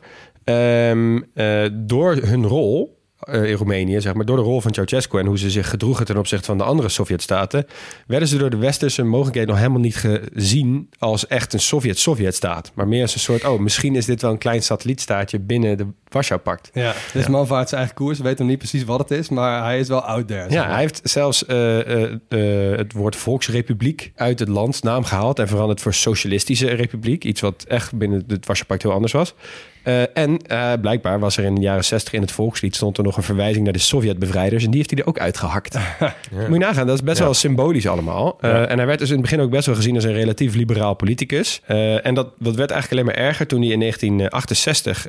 door hun rol in Roemenië, zeg maar, door de rol van Ceausescu en hoe ze zich gedroegen ten opzichte van de andere Sovjetstaten, werden ze door de westerse mogelijkheden nog helemaal niet gezien als echt een Sovjet-staat. Maar meer als een soort, misschien is dit wel een klein satellietstaatje binnen de Warschau-pact. Ja, dus man vaart zijn eigen koers, weet nog niet precies wat het is, maar hij is wel out there. Ja, hij heeft zelfs het woord Volksrepubliek uit het landsnaam gehaald en veranderd voor Socialistische Republiek. Iets wat echt binnen het Warschau-pact heel anders was. En blijkbaar was er in de jaren 60 in het volkslied stond er nog een verwijzing naar de Sovjetbevrijders en die heeft hij er ook uitgehakt. Moet je nagaan, dat is best wel symbolisch allemaal. En hij werd dus in het begin ook best wel gezien als een relatief liberaal politicus. En dat werd eigenlijk alleen maar erger toen hij in 1968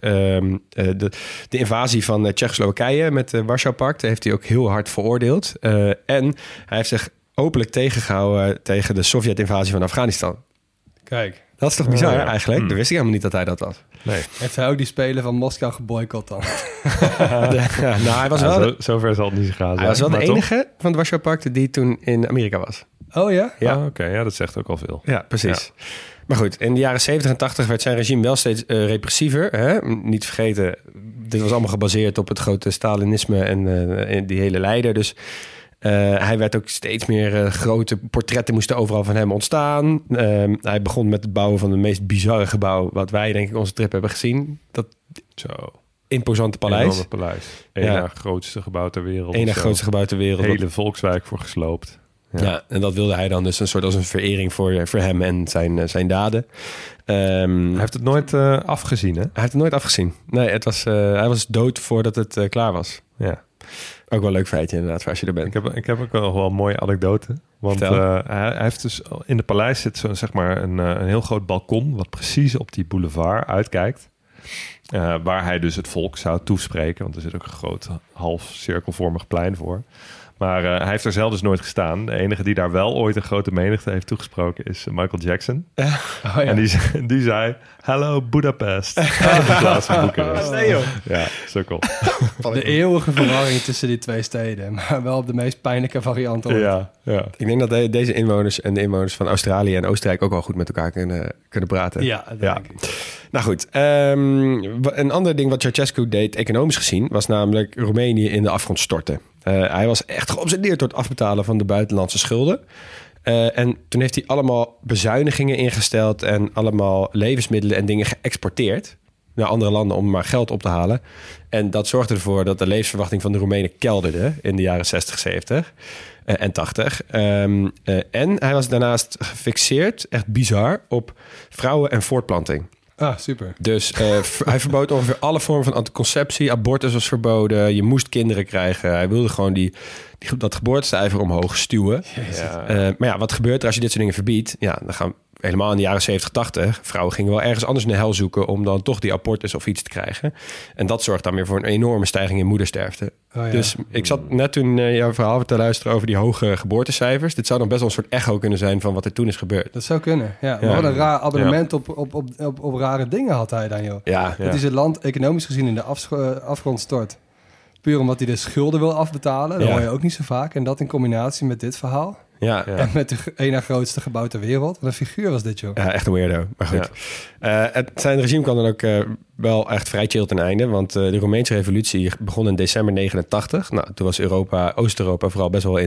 de invasie van Tsjechoslowakije met de Warschau-pact heeft hij ook heel hard veroordeeld. En hij heeft zich openlijk tegengehouden tegen de Sovjet-invasie van Afghanistan. Kijk. Dat is toch bizar eigenlijk? Dat wist ik helemaal niet dat hij dat was. Nee. Heeft hij ook die spelen van Moskou geboycott dan? Hij was wel zover zal het niet gaan. Hij was wel de enige van het Warschau-pact die toen in Amerika was. Oh ja? Ja. Oké. Ja, dat zegt ook al veel. Ja, precies. Ja. Maar goed, in de jaren 70 en 80 werd zijn regime wel steeds repressiever. Hè? Niet vergeten, dit was allemaal gebaseerd op het grote Stalinisme en die hele leider. Dus hij werd ook steeds meer grote portretten moesten overal van hem ontstaan. Hij begon met het bouwen van het meest bizarre gebouw wat wij denk ik onze trip hebben gezien. Dat imposante paleis. Enorme paleis. Eén grootste gebouw ter wereld. Eén grootste gebouw ter wereld. Hele volkswijk voor gesloopt. Ja, en dat wilde hij dan dus een soort als een verering voor hem en zijn daden. Hij heeft het nooit afgezien, hè? Hij heeft het nooit afgezien. Nee, hij was dood voordat het klaar was. Ja. Ook wel een leuk feitje inderdaad, voor als je er bent. Ik heb ook wel een mooie anekdote. Want hij heeft dus in de paleis zit zeg maar een heel groot balkon wat precies op die boulevard uitkijkt. Waar hij dus het volk zou toespreken. Want er zit ook een groot half cirkelvormig plein voor. Maar hij heeft er zelf dus nooit gestaan. De enige die daar wel ooit een grote menigte heeft toegesproken is Michael Jackson. Oh, ja. En die zei, hello Budapest. In plaats van Boekarest. Nee, joh. Ja, sukkel. De eeuwige verwarring tussen die twee steden. Maar wel op de meest pijnlijke variant ooit. Ja. Ik denk dat deze inwoners en de inwoners van Australië en Oostenrijk ook wel goed met elkaar kunnen praten. Ja, dat denk ik. Nou goed, een ander ding wat Ceausescu deed, economisch gezien, was namelijk Roemenië in de afgrond storten. Hij was echt geobsedeerd door het afbetalen van de buitenlandse schulden. En toen heeft hij allemaal bezuinigingen ingesteld en allemaal levensmiddelen en dingen geëxporteerd naar andere landen om maar geld op te halen. En dat zorgde ervoor dat de levensverwachting van de Roemenen kelderde in de jaren 60, 70 en 80. En hij was daarnaast gefixeerd, echt bizar, op vrouwen en voortplanting. Ah, super. Dus hij verbood ongeveer alle vormen van anticonceptie. Abortus was verboden. Je moest kinderen krijgen. Hij wilde gewoon dat geboortecijfer omhoog stuwen. Maar ja, wat gebeurt er als je dit soort dingen verbiedt? Ja, dan gaan helemaal in de jaren 70, 80... vrouwen gingen wel ergens anders een hel zoeken om dan toch die abortus of iets te krijgen. En dat zorgt dan weer voor een enorme stijging in moedersterfte. Oh, ja. Dus ik zat net toen jouw verhaal te luisteren over die hoge geboortecijfers. Dit zou dan best wel een soort echo kunnen zijn van wat er toen is gebeurd. Dat zou kunnen, ja. Maar wat een raar abonnement op rare dingen had hij dan, joh. Ja. Dat hij zijn land economisch gezien in de afgrond stort. Puur omdat hij de schulden wil afbetalen. Dat hoor je ook niet zo vaak. En dat in combinatie met dit verhaal. Ja. En met de ene grootste gebouw ter wereld. Wat een figuur was dit, joh. Ja, echt een weirdo. Maar goed. Zijn regime kwam dan ook wel echt vrij chill ten einde. Want de Roemeense revolutie begon in december 89. Nou, toen was Oost-Europa vooral best wel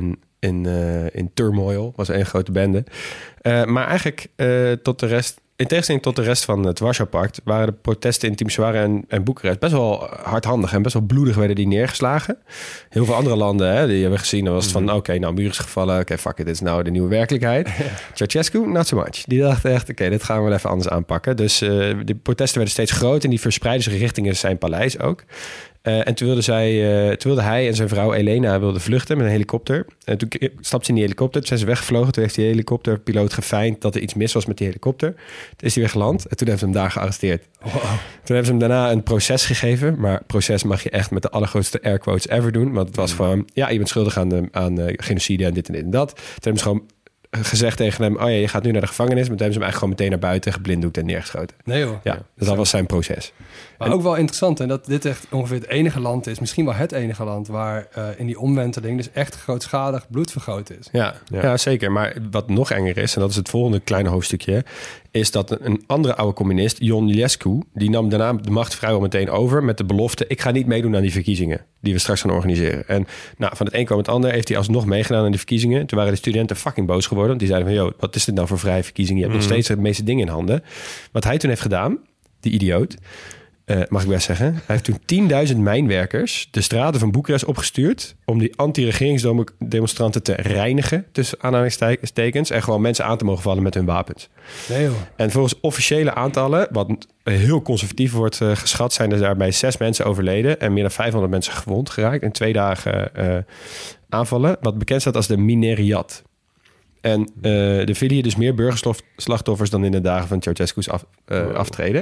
in turmoil. Was een grote bende. Maar eigenlijk in tegenstelling tot de rest van het Warschau-pact waren de protesten in Timișoara en Boekarest best wel hardhandig en best wel bloedig werden die neergeslagen. Heel veel andere landen, die hebben gezien, dan was het van oké, muur is gevallen, fuck it, dit is nou de nieuwe werkelijkheid. Ceausescu, not so much. Die dacht echt, oké, dit gaan we wel even anders aanpakken. Dus de protesten werden steeds groter en die verspreidden zich richting zijn paleis ook. En toen wilde hij en zijn vrouw Elena vluchten met een helikopter. En toen stapte ze in die helikopter. Toen zijn ze weggevlogen. Toen heeft die helikopterpiloot gefeind dat er iets mis was met die helikopter. Toen is hij weer geland. En toen hebben ze hem daar gearresteerd. Wow. Toen hebben ze hem daarna een proces gegeven. Maar proces mag je echt met de allergrootste air quotes ever doen. Want het was van, je bent schuldig aan genocide en dit en dat. Toen hebben ze gewoon gezegd tegen hem, je gaat nu naar de gevangenis. Maar toen hebben ze hem eigenlijk gewoon meteen naar buiten geblinddoekt en neergeschoten. Nee joh. Ja, dus dat was zijn proces. Maar ook wel interessant, en dat dit echt ongeveer het enige land is, misschien wel het enige land, waar in die omwenteling dus echt grootschalig bloed vergoten is. Ja, zeker. Maar wat nog enger is, en dat is het volgende kleine hoofdstukje, is dat een andere oude communist, Ion Iliescu, die nam daarna de macht vrijwel meteen over met de belofte, ik ga niet meedoen aan die verkiezingen die we straks gaan organiseren. En van het een kwam het ander, heeft hij alsnog meegedaan aan die verkiezingen. Toen waren de studenten fucking boos geworden, want die zeiden van, wat is dit nou voor vrije verkiezingen? Je hebt nog steeds de meeste dingen in handen. Wat hij toen heeft gedaan, die idioot, mag ik best zeggen. Hij heeft toen 10.000 mijnwerkers de straten van Boekarest opgestuurd om die anti-regeringsdemonstranten te reinigen, tussen aanhalingstekens, en gewoon mensen aan te mogen vallen met hun wapens. Nee, joh. En volgens officiële aantallen, wat heel conservatief wordt geschat, zijn er daarbij 6 mensen overleden en meer dan 500 mensen gewond geraakt in 2 dagen aanvallen, wat bekend staat als de Mineriat. En er vielen hier dus meer burgerslachtoffers dan in de dagen van Ceausescu's aftreden.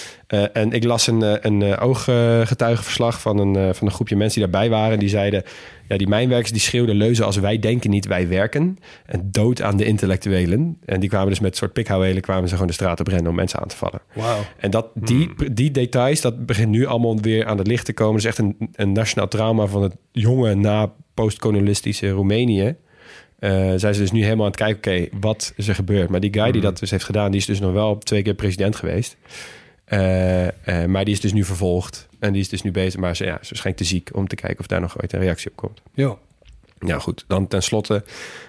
En ik las een ooggetuigenverslag van een groepje mensen die daarbij waren. Die zeiden, die mijnwerkers die schreeuwden leuzen als wij denken niet, wij werken. En dood aan de intellectuelen. En die kwamen dus met een soort pikhouwelen, kwamen ze gewoon de straat op rennen om mensen aan te vallen. Wow. En die details, dat begint nu allemaal weer aan het licht te komen. Dat is echt een nationaal trauma van het jonge na postkolonialistische Roemenië. Zijn ze dus nu helemaal aan het kijken, wat is er gebeurd? Maar die guy die dat dus heeft gedaan, die is dus nog wel 2 keer president geweest. Maar die is dus nu vervolgd. En die is dus nu bezig, maar ze is waarschijnlijk te ziek om te kijken of daar nog ooit een reactie op komt. Jo. Nou goed, dan tenslotte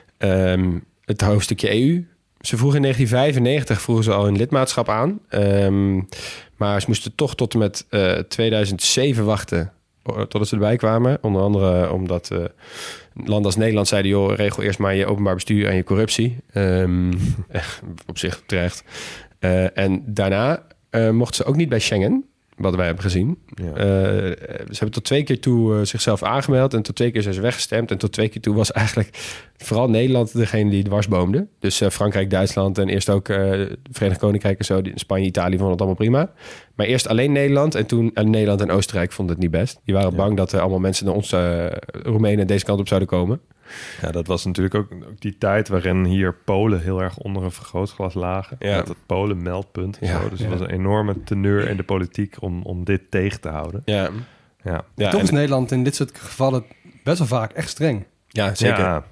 het hoofdstukje EU. Ze vroegen in 1995 al hun lidmaatschap aan. Maar ze moesten toch tot en met 2007 wachten totdat ze erbij kwamen. Onder andere omdat landen als Nederland zeiden, joh, regel eerst maar je openbaar bestuur en je corruptie. Op zich terecht. En daarna mochten ze ook niet bij Schengen. wat wij hebben gezien. Ja. Ze hebben tot 2 keer toe zichzelf aangemeld en tot 2 keer zijn ze weggestemd. En tot 2 keer toe was eigenlijk vooral Nederland degene die dwarsboomde. Dus Frankrijk, Duitsland en eerst ook Verenigd Koninkrijk en zo. Spanje, Italië vonden het allemaal prima. Maar eerst alleen Nederland en toen Nederland en Oostenrijk vonden het niet best. Die waren bang dat er allemaal mensen naar ons, Roemenen, deze kant op zouden komen. Ja, dat was natuurlijk ook die tijd waarin hier Polen heel erg onder een vergrootglas lagen. Ja. Met het Polen-meldpunt. Ja. Dus het was een enorme teneur in de politiek om dit tegen te houden. Ja, Ja. Toch is Nederland in dit soort gevallen best wel vaak echt streng. ja zeker. Ja.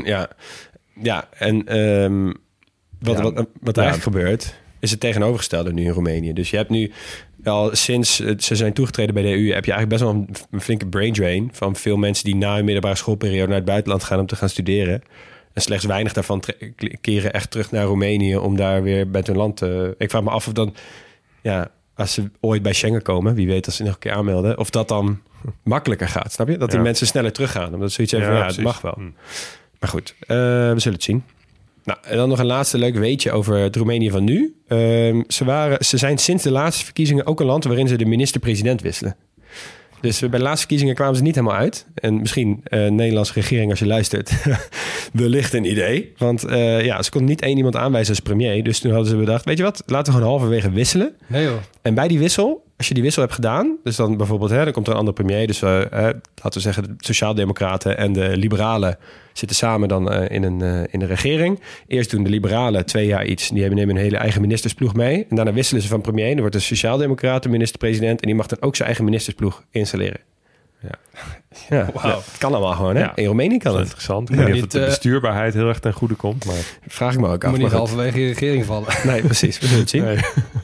Wat eigenlijk gebeurt, is het tegenovergestelde nu in Roemenië. Dus je hebt nu al sinds ze zijn toegetreden bij de EU, heb je eigenlijk best wel een flinke brain drain van veel mensen die na hun middelbare schoolperiode naar het buitenland gaan om te gaan studeren. En slechts weinig daarvan keren echt terug naar Roemenië om daar weer bij hun land te... Ik vraag me af of dan, als ze ooit bij Schengen komen, wie weet als ze nog een keer aanmelden, of dat dan makkelijker gaat, snap je? Dat die mensen sneller teruggaan. Omdat ze zoiets hebben van, het mag wel. Maar goed, we zullen het zien. Nou, en dan nog een laatste leuk weetje over het Roemenië van nu. Ze zijn sinds de laatste verkiezingen ook een land waarin ze de minister-president wisselen. Dus bij de laatste verkiezingen kwamen ze niet helemaal uit. En misschien, Nederlandse regering, als je luistert, wellicht een idee. Want ze konden niet één iemand aanwijzen als premier. Dus toen hadden ze bedacht, weet je wat, laten we gewoon halverwege wisselen. Nee joh. En bij die wissel, als je die wissel hebt gedaan, dus dan bijvoorbeeld, dan komt er een andere premier. Dus laten we zeggen, de Sociaaldemocraten en de Liberalen zitten samen dan in een regering. Eerst doen de Liberalen 2 jaar iets. Die nemen een hele eigen ministersploeg mee. En daarna wisselen ze van premier. Dan wordt de Sociaaldemocraten minister-president. En die mag dan ook zijn eigen ministersploeg installeren. Ja, het kan allemaal gewoon, hè? Ja. In Roemenië kan Dat het. is interessant. Ik weet niet of het de Niet, bestuurbaarheid heel erg ten goede komt. Maar... Vraag ik me ook af. Moet niet maar goed. halverwege je regering vallen. Nee, precies. We zullen het zien. Nee.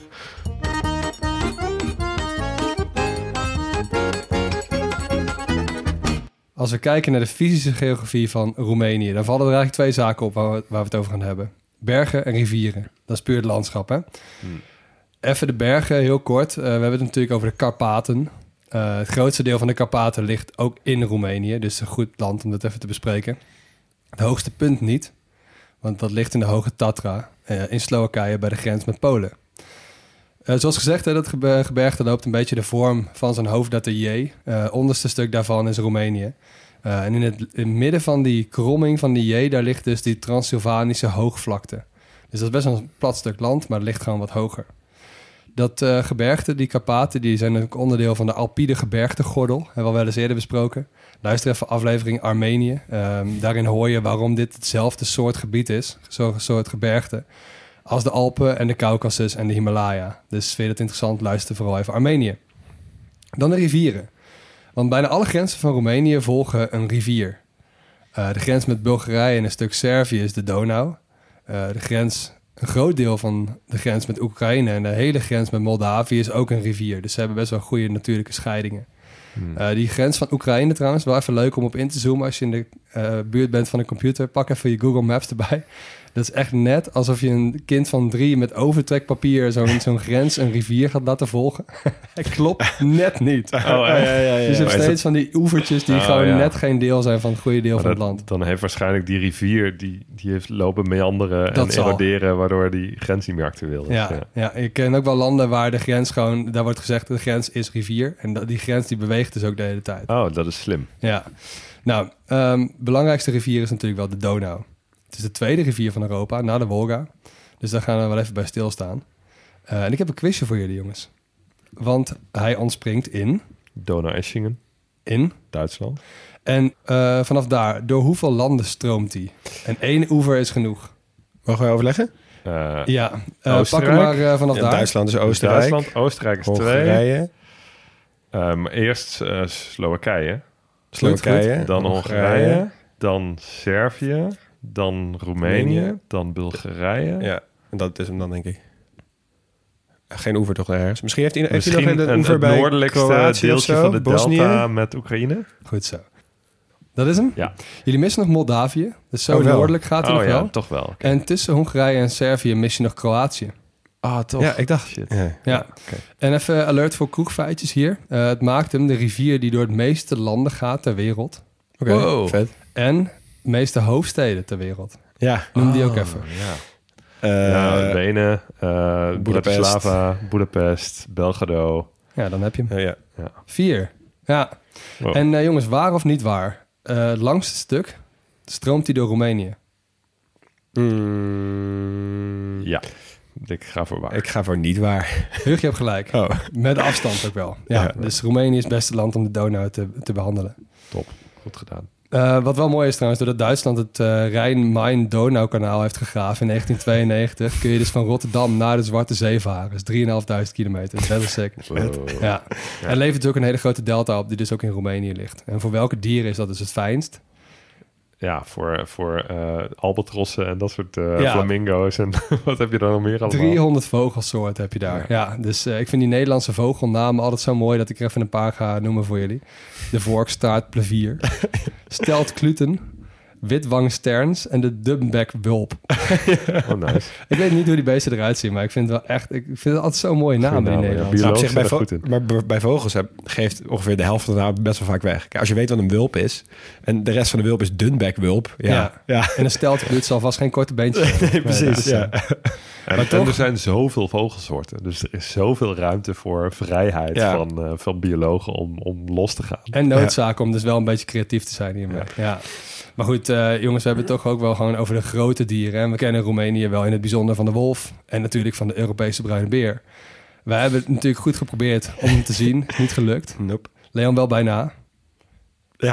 Als we kijken naar de fysische geografie van Roemenië, dan vallen er eigenlijk 2 zaken op waar we het over gaan hebben. Bergen en rivieren. Dat is puur het landschap, hè? Even de bergen, heel kort. We hebben het natuurlijk over de Karpaten. Het grootste deel van de Karpaten ligt ook in Roemenië. Dus een goed land om dat even te bespreken. Het hoogste punt niet. Want dat ligt in de Hoge Tatra. In Slowakije bij de grens met Polen. Zoals gezegd, dat gebergte loopt een beetje de vorm van zo'n hoofdletter J. Onderste stuk daarvan is Roemenië. En in het midden van die kromming van die J, daar ligt dus die Transylvanische hoogvlakte. Dus dat is best wel een plat stuk land, maar het ligt gewoon wat hoger. Dat gebergte, die Karpaten, die zijn ook onderdeel van de Alpide gebergtegordel. Hebben we al wel eens eerder besproken. Luister even aflevering Armenië. Daarin hoor je waarom dit hetzelfde soort gebied is, zo'n soort gebergte, als de Alpen en de Caucasus en de Himalaya. Dus vind je dat interessant, luister vooral even Armenië. Dan de rivieren. Want bijna alle grenzen van Roemenië volgen een rivier. De grens met Bulgarije en een stuk Servië is de Donau. Een groot deel van de grens met Oekraïne en de hele grens met Moldavië is ook een rivier. Dus ze hebben best wel goede natuurlijke scheidingen. Die grens van Oekraïne trouwens, wel even leuk om op in te zoomen als je in de buurt bent van een computer. Pak even je Google Maps erbij. Dat is echt net alsof je een kind van 3 met overtrekpapier zo'n grens, een rivier gaat laten volgen. Het klopt net niet. Dus je hebt steeds van die oevertjes die net geen deel zijn van het goede deel van het land. Dan heeft waarschijnlijk die rivier, die heeft lopen meanderen Dat en zal. eroderen, waardoor die grens niet meer actueel is. Ja, ik ken ook wel landen waar de grens gewoon, daar wordt gezegd de grens is rivier. En die grens die beweegt dus ook de hele tijd. Oh, dat is slim. Ja, nou, belangrijkste rivier is natuurlijk wel de Donau. Het is de tweede rivier van Europa, na de Wolga. Dus daar gaan we wel even bij stilstaan. En ik heb een quizje voor jullie, jongens. Want hij ontspringt in... Donau-Eschingen, in Duitsland. En vanaf daar, door hoeveel landen stroomt hij? En 1 oever is genoeg. Mogen we overleggen? Pak hem maar vanaf daar. Duitsland is Oostenrijk. Oostenrijk is Hongarije. 2. Eerst Slowakije. Slowakije. Dan Hongarije. Dan Servië. Dan Roemenië. Dan Bulgarije. Ja, en dat is hem dan, denk ik. Geen oever toch ergens. Misschien heeft hij nog Misschien een oever het bij noordelijkste Kroatië deeltje of zo? van de Bosnië? delta met Oekraïne. Goed zo. Dat is hem? Ja. Jullie missen nog Moldavië. Dus zo wel. noordelijk gaat hij nog ja, wel. toch wel. Oké. En tussen Hongarije en Servië mis je nog Kroatië. Ah, toch? Ja, ik dacht... Shit. Ja. Ja. En even alert voor kroegfeitjes hier. Het maakt hem de rivier die door het meeste landen gaat ter wereld. Oké, Wow. vet. En de meeste hoofdsteden ter wereld. Ja. Noem die ook even. Ja. Wenen, Boedapest. Bratislava, Budapest, Belgrado, Ja, dan heb je hem. Ja. 4. Ja. Wow. En jongens, waar of niet waar? Het langste stuk stroomt hij door Roemenië. Ja, ik ga voor waar. Ik ga voor niet waar. Huug, je hebt gelijk. Oh. Met afstand ook wel. Ja, Ja. Dus Roemenië is het beste land om de Donau te behandelen. Top, goed gedaan. Wat wel mooi is trouwens, doordat Duitsland het Rijn-Main-Donau-kanaal heeft gegraven in 1992... kun je dus van Rotterdam naar de Zwarte Zee varen. Dus 3.500 kilometer. Dat is best wel sick. Wow. Ja. Er levert dus ook een hele grote delta op die dus ook in Roemenië ligt. En voor welke dieren is dat dus het fijnst? Ja, voor albatrossen en dat soort Ja. flamingo's. En wat heb je dan nog meer allemaal? 300 vogelsoorten heb je daar. Ja, dus ik vind die Nederlandse vogelnamen altijd zo mooi... dat ik er even een paar ga noemen voor jullie. De vorkstaartplevier, steltkluten, witwangsterns en de dubbekbulp. Oh, nice. Ik weet niet hoe die beesten eruit zien, maar ik vind het wel echt... Ik vind het altijd zo'n mooie naam in naam, ja. Nederland. Biologisch Op zich zijn er goed in. maar bij vogels geeft ongeveer de helft van de naam best wel vaak weg. Kijk, als je weet wat een wulp is en de rest van de wulp is dunbekwulp. Ja. En een steltklut zal vast geen korte beentjes hebben. Nee, precies. Dus, Ja. En toch- er zijn zoveel vogelsoorten. Dus er is zoveel ruimte voor vrijheid Ja. van biologen om los te gaan. En noodzaak om dus wel een beetje creatief te zijn hiermee. Ja. Maar goed, jongens, we hebben het toch ook wel gewoon over de grote dieren. En we kennen Roemenië wel in het bijzonder van de wolf. En natuurlijk van de Europese bruine beer. Wij hebben het natuurlijk goed geprobeerd om hem te zien. Is niet gelukt. Nope. Leon wel bijna. Ja.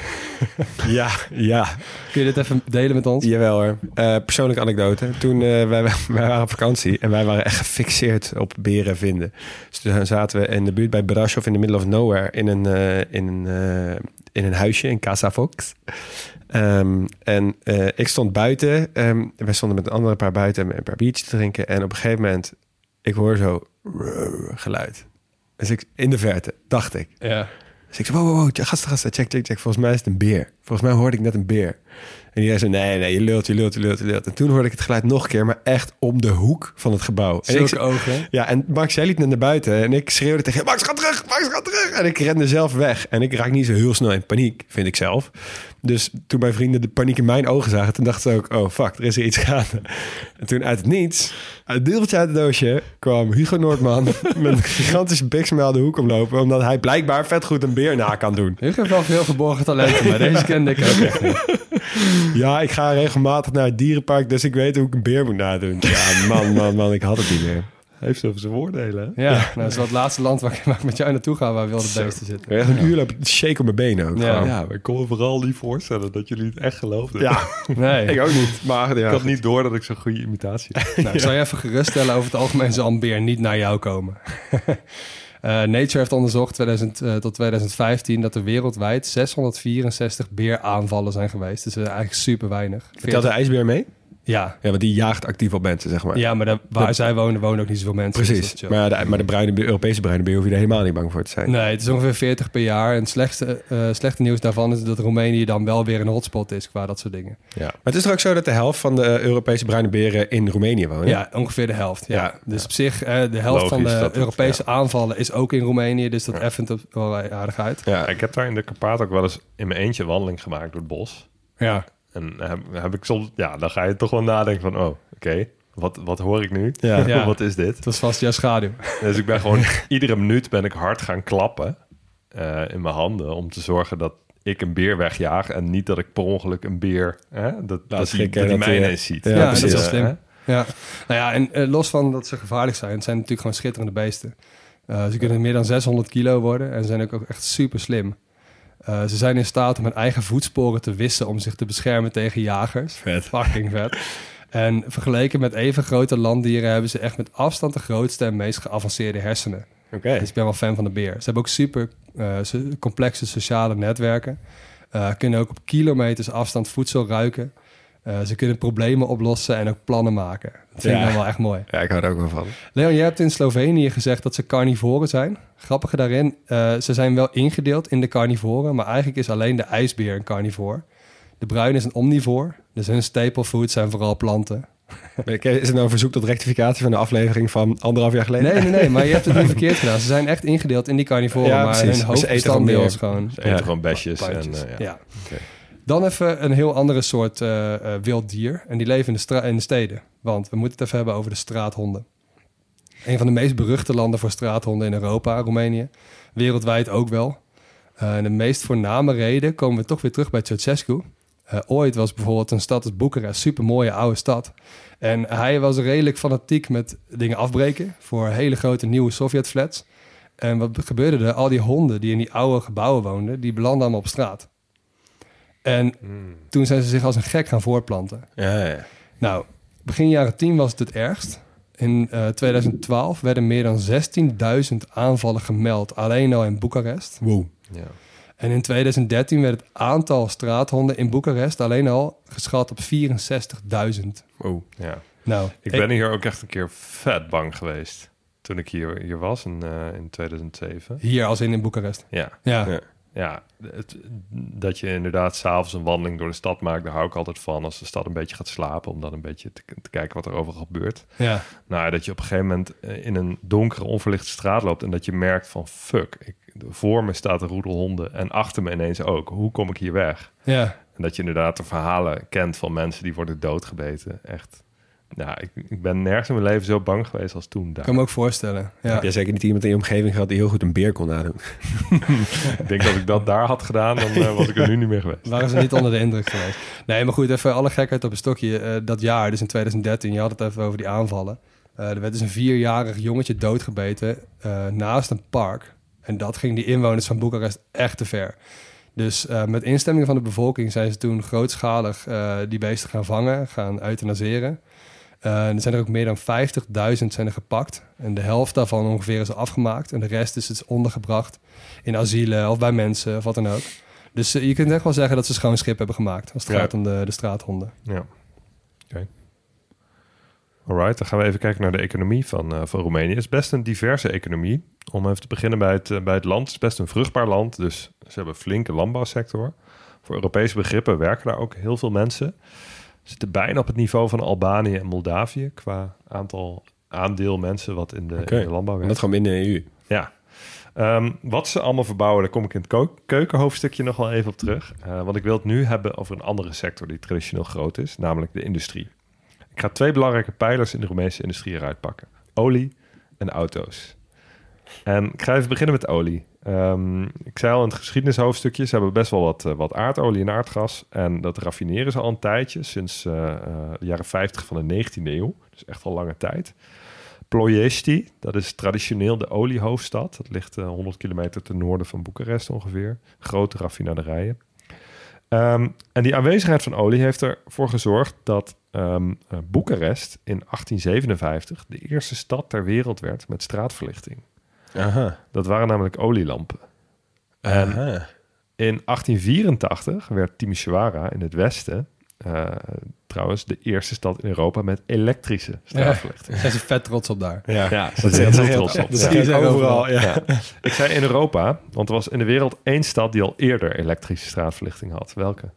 Ja. Kun je dit even delen met ons? Jawel hoor. Persoonlijke anekdote. Toen wij waren op vakantie en wij waren echt gefixeerd op beren vinden. Dus toen zaten we in de buurt bij Brasov in the middle of nowhere in een huisje in Casa Fox. Ik stond buiten. Wij stonden met een andere paar buiten een paar biertjes te drinken. En op een gegeven moment, ik hoor zo geluid. Dus in de verte, dacht ik. Ja. Dus ik zei, wow, gasten, check. Volgens mij is het een beer. Volgens mij hoorde ik net een beer. En iedereen zei, nee, je lult. En toen hoorde ik het geluid nog een keer, maar echt om de hoek van het gebouw. En Zulke ogen. ja, en Max, jij liep naar buiten en ik schreeuwde tegen hem, Max, ga terug! En ik rende zelf weg. En ik raak niet zo heel snel in paniek, vind ik zelf. Dus toen mijn vrienden de paniek in mijn ogen zagen, toen dachten ze ook, oh fuck, er is er iets gaande. En toen uit het niets, uit het deeltje uit het doosje, kwam Hugo Noordman met een gigantische biksmel de hoek omlopen, omdat hij blijkbaar vet goed een beer na kan doen. U heeft wel veel verborgen talenten, maar deze kende ik ook echt niet. Ja, ik ga regelmatig naar het dierenpark, dus ik weet hoe ik een beer moet nadoen. Ja, man, ik had het niet meer. Hij heeft over zijn voordelen. Hè? Ja, nou, dat is wel het laatste land waar ik met jou naartoe ga, waar wilde beesten zitten. Echt een uur loop ik shake op mijn benen ook. Ja. Gewoon. Ja, maar ik kon me vooral niet voorstellen dat jullie het echt geloofden. Ja, Nee. ik ook niet. Maar ja, Ik had niet door dat ik zo'n goede imitatie had. Nou, ik zal je even geruststellen, over het algemeen zal een beer niet naar jou komen. Nature heeft onderzocht 2000 tot 2015 dat er wereldwijd 664 beeraanvallen zijn geweest. Dus eigenlijk super weinig. Telt de ijsbeer mee? Ja. Ja, want die jaagt actief op mensen, zeg maar. Ja, maar waar zij wonen ook niet zoveel mensen. Dus dat Precies. is chill. Maar de Europese bruine beer hoef je er helemaal niet bang voor te zijn. Nee, het is ongeveer 40 per jaar. En het slechte nieuws daarvan is dat Roemenië dan wel weer een hotspot is qua dat soort dingen. Ja. Maar het is toch ook zo dat de helft van de Europese bruine beren in Roemenië wonen? Ja, ongeveer de helft. Ja. Ja. Dus op zich, de helft van Logisch de dat het- Europese aanvallen is ook in Roemenië. Dus dat effent het wel aardig uit. Ja. Ik heb daar in de Karpaten ook wel eens in mijn eentje wandeling gemaakt door het bos. Ja. En heb ik soms, ja, dan ga je toch wel nadenken van, oh, oké, wat hoor ik nu? Ja. Ja. Wat is dit? Het was vast jouw schaduw. Dus ik ben gewoon, iedere minuut ben ik hard gaan klappen in mijn handen om te zorgen dat ik een beer wegjaag en niet dat ik per ongeluk een beer, dat hij schrikken, mij dat hij- ineens ziet. Ja, Ja, precies. dat is wel slim. Hè? Ja. Nou ja, en los van dat ze gevaarlijk zijn, het zijn natuurlijk gewoon schitterende beesten. Ze kunnen meer dan 600 kilo worden en zijn ook echt super slim. Ze zijn in staat om hun eigen voetsporen te wissen om zich te beschermen tegen jagers. Vet. Fucking vet. En vergeleken met even grote landdieren hebben ze echt met afstand de grootste en meest geavanceerde hersenen. Oké. Dus ik ben wel fan van de beer. Ze hebben ook super complexe sociale netwerken. Kunnen ook op kilometers afstand voedsel ruiken. Ze kunnen problemen oplossen en ook plannen maken. Dat vind ik Ja. dan wel echt mooi. Ja, ik hou er ook wel van. Leon, jij hebt in Slovenië gezegd dat ze carnivoren zijn. Grappige daarin, ze zijn wel ingedeeld in de carnivoren, maar eigenlijk is alleen de ijsbeer een carnivoor. De bruin is een omnivoor, dus hun staple food zijn vooral planten. Is het nou een verzoek tot rectificatie van de aflevering van 1,5 jaar geleden? Nee, maar je hebt het niet verkeerd gedaan. Ze zijn echt ingedeeld in die carnivoren, Ja, maar precies. hun Ze eten hoofdbestanddeel gewoon is gewoon... Ze eten Ja. gewoon besjes. plantjes. En, Ja. Oké. Dan even een heel andere soort wild dier. En die leven in de steden. Want we moeten het even hebben over de straathonden. Een van de meest beruchte landen voor straathonden in Europa, Roemenië. Wereldwijd ook wel. En de meest voorname reden komen we toch weer terug bij Ceausescu. Ooit was bijvoorbeeld een stad als Boekarest, super mooie oude stad. En hij was redelijk fanatiek met dingen afbreken voor hele grote nieuwe Sovjet-flats. En wat gebeurde er? Al die honden die in die oude gebouwen woonden, die belanden allemaal op straat. En toen zijn ze zich als een gek gaan voortplanten. Ja. Nou, begin jaren 10 was het ergst. In 2012 werden meer dan 16.000 aanvallen gemeld, alleen al in Boekarest. Wow. Ja. En in 2013 werd het aantal straathonden in Boekarest alleen al geschat op 64.000. Wow. Ja. Nou, Ik ben hier ook echt een keer vet bang geweest. Toen ik hier was in 2007. Hier als in Boekarest. Ja. Ja. Ja, dat je inderdaad 's avonds een wandeling door de stad maakt, daar hou ik altijd van. Als de stad een beetje gaat slapen, om dan een beetje te kijken wat er overal gebeurt. Ja. Nou, dat je op een gegeven moment in een donkere, onverlichte straat loopt en dat je merkt van fuck, voor me staat een roedel honden en achter me ineens ook. Hoe kom ik hier weg? Ja. En dat je inderdaad de verhalen kent van mensen die worden doodgebeten. Echt. Nou, ik ben nergens in mijn leven zo bang geweest als toen daar. Ik kan me ook voorstellen. Ja. Heb jij zeker niet iemand in je omgeving gehad die heel goed een beer kon nadoen? Ik denk dat ik dat daar had gedaan, dan was ik er nu niet meer geweest. Waren ze niet onder de indruk geweest. Nee, maar goed, even alle gekheid op een stokje. Dat jaar, dus in 2013, je had het even over die aanvallen. Er werd dus een 4-jarig jongetje doodgebeten naast een park. En dat ging die inwoners van Boekarest echt te ver. Dus met instemming van de bevolking zijn ze toen grootschalig die beesten gaan vangen, gaan euthanaseren. Er zijn er ook meer dan 50.000 zijn er gepakt. En de helft daarvan ongeveer is afgemaakt. En de rest is dus ondergebracht in asielen of bij mensen of wat dan ook. Dus je kunt echt wel zeggen dat ze schoon schip hebben gemaakt als het gaat om de straathonden. Ja. Oké. Alright, dan gaan we even kijken naar de economie van Roemenië. Het is best een diverse economie. Om even te beginnen bij het land. Het is best een vruchtbaar land, dus ze hebben een flinke landbouwsector. Voor Europese begrippen werken daar ook heel veel mensen. Ze zitten bijna op het niveau van Albanië en Moldavië qua aandeel mensen wat in de landbouw werkt. En dat gewoon binnen de EU. Ja. Wat ze allemaal verbouwen, daar kom ik in het keukenhoofdstukje nog wel even op terug. Want ik wil het nu hebben over een andere sector die traditioneel groot is, namelijk de industrie. Ik ga 2 belangrijke pijlers in de Roemeense industrie eruit pakken. Olie en auto's. En ik ga even beginnen met olie. Ik zei al in het geschiedenishoofdstukje, ze hebben best wel wat aardolie en aardgas. En dat raffineren ze al een tijdje, sinds de jaren 50 van de 19e eeuw. Dus echt al lange tijd. Ploiești, dat is traditioneel de oliehoofdstad. Dat ligt 100 kilometer ten noorden van Boekarest ongeveer. Grote raffinaderijen. En die aanwezigheid van olie heeft ervoor gezorgd dat Boekarest in 1857 de eerste stad ter wereld werd met straatverlichting. Aha. Dat waren namelijk olielampen. En in 1884 werd Timișoara in het westen trouwens de eerste stad in Europa met elektrische straatverlichting. Daar zijn ze vet trots op daar. Ja, ze zijn heel trots op. Dat zie je overal. Ja. Ik zei in Europa, want er was in de wereld 1 stad die al eerder elektrische straatverlichting had. Welke?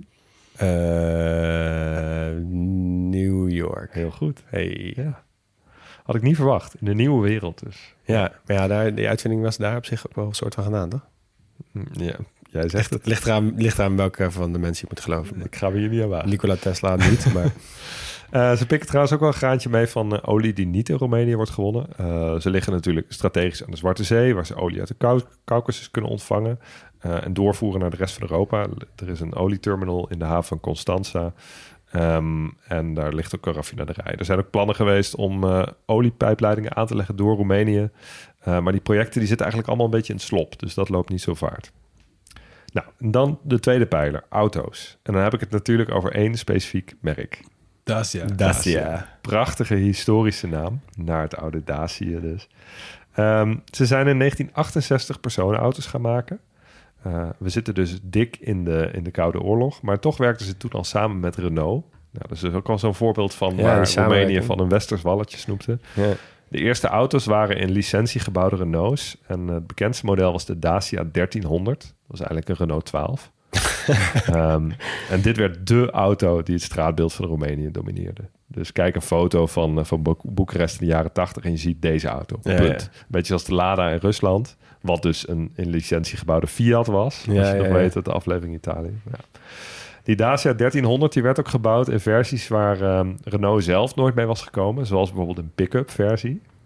New York. Heel goed. Hey. Ja. Had ik niet verwacht. In de nieuwe wereld dus. Ja, maar ja, die uitvinding was daar op zich ook wel een soort van gedaan, toch? Ja, jij zegt het. Ligt eraan welke van de mensen je moet geloven. Ik ga me hier niet aan wagen. Nikola Tesla niet, maar... Ze pikken trouwens ook wel een graantje mee van olie die niet in Roemenië wordt gewonnen. Ze liggen natuurlijk strategisch aan de Zwarte Zee, waar ze olie uit de Caucasus kunnen ontvangen en doorvoeren naar de rest van Europa. Er is een olieterminal in de haven van Constanța. En daar ligt ook een raffinaderij. Er zijn ook plannen geweest om oliepijpleidingen aan te leggen door Roemenië. Maar die projecten die zitten eigenlijk allemaal een beetje in slop. Dus dat loopt niet zo vaart. Nou, en dan de tweede pijler, auto's. En dan heb ik het natuurlijk over 1 specifiek merk. Dacia. Prachtige historische naam. Naar het oude Dacia dus. Ze zijn in 1968 personenauto's gaan maken. We zitten dus dik in de Koude Oorlog. Maar toch werkten ze toen al samen met Renault. Nou, dat is ook al zo'n voorbeeld van waar Roemenië van een westers walletje snoepte. Ja. De eerste auto's waren in licentie gebouwde Renaults. En het bekendste model was de Dacia 1300. Dat was eigenlijk een Renault 12. En dit werd dé auto die het straatbeeld van Roemenië domineerde. Dus kijk een foto van Boekarest in de jaren 80 en je ziet deze auto. Punt. Ja. Beetje zoals de Lada in Rusland. Wat dus een in licentie gebouwde Fiat was. Als je nog weet, uit de aflevering Italië. Ja. Die Dacia 1300 die werd ook gebouwd in versies waar Renault zelf nooit mee was gekomen. Zoals bijvoorbeeld een pick-up versie.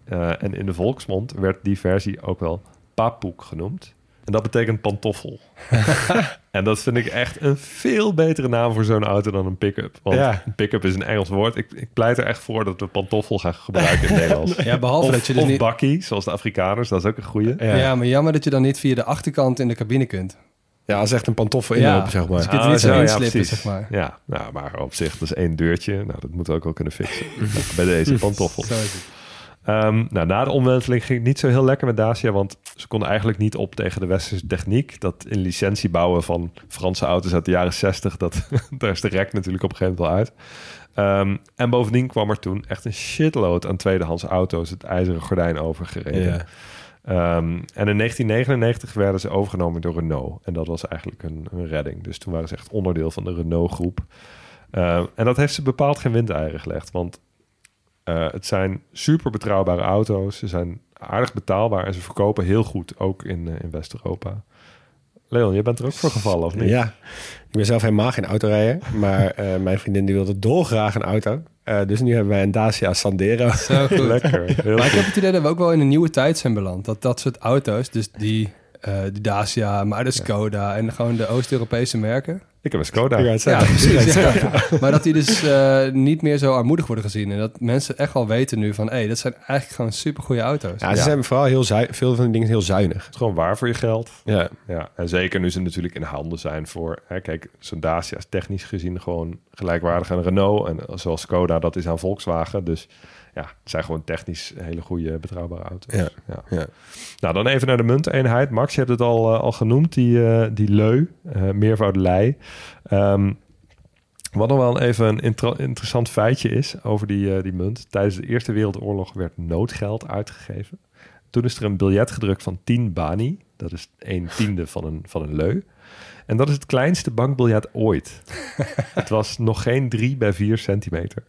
En in de volksmond werd die versie ook wel Papuk genoemd. En dat betekent pantoffel. En dat vind ik echt een veel betere naam voor zo'n auto dan een pick-up. Want een pick-up is een Engels woord. Ik pleit er echt voor dat we pantoffel gaan gebruiken in het Nederlands. Ja, behalve dat je dus of niet... bakkie, zoals de Afrikaners. Dat is ook een goeie. Ja, maar jammer dat je dan niet via de achterkant in de cabine kunt. Ja, als echt een pantoffel inlopen, zeg maar. Dus je kunt er niet zo inslippen, zeg maar. Ja, nou, maar op zich, dat is 1 deurtje. Nou, dat moeten we ook wel kunnen fixen. Bij deze pantoffel. Zo is het. Na de omwenteling ging het niet zo heel lekker met Dacia, want ze konden eigenlijk niet op tegen de westerse techniek. Dat in licentie bouwen van Franse auto's uit de jaren 60, daar is de rek natuurlijk op een gegeven moment wel uit. En bovendien kwam er toen echt een shitload aan tweedehands auto's het ijzeren gordijn overgereden. Ja. En in 1999 werden ze overgenomen door Renault. En dat was eigenlijk een redding. Dus toen waren ze echt onderdeel van de Renault-groep. En dat heeft ze bepaald geen windeieren gelegd, want het zijn super betrouwbare auto's. Ze zijn aardig betaalbaar en ze verkopen heel goed, ook in West-Europa. Leon, je bent er ook voor gevallen, of niet? Ja, ik ben zelf helemaal geen autorijder. Maar mijn vriendin die wilde dolgraag een auto. Dus nu hebben wij een Dacia Sandero. Zo goed. Lekker. Heel Maar ik goed. heb het idee dat we ook wel in een nieuwe tijd zijn beland. Dat soort auto's, dus die Dacia, maar de Skoda en gewoon de Oost-Europese merken. Ik heb een Skoda. Ja, Ja, precies. Ja. Maar dat die dus niet meer zo armoedig worden gezien. En dat mensen echt wel weten nu van... dat zijn eigenlijk gewoon supergoeie auto's. Ja, ze zijn vooral veel van die dingen heel zuinig. Het is gewoon waar voor je geld. Ja. Ja, en zeker nu ze natuurlijk in handen zijn voor... kijk, zo'n Dacia is technisch gezien gewoon gelijkwaardig aan Renault. En zoals Skoda, dat is aan Volkswagen. Dus ja, het zijn gewoon technisch hele goede, betrouwbare auto's. Ja. Nou, dan even naar de munteenheid. Max, je hebt het al genoemd, die leu, meervoud lei. Wat nog wel even een interessant feitje is over die munt. Tijdens de Eerste Wereldoorlog werd noodgeld uitgegeven. Toen is er een biljet gedrukt van 10 bani. Dat is 1/10 van een leu. En dat is het kleinste bankbiljet ooit. Het was nog geen 3 bij 4 centimeter.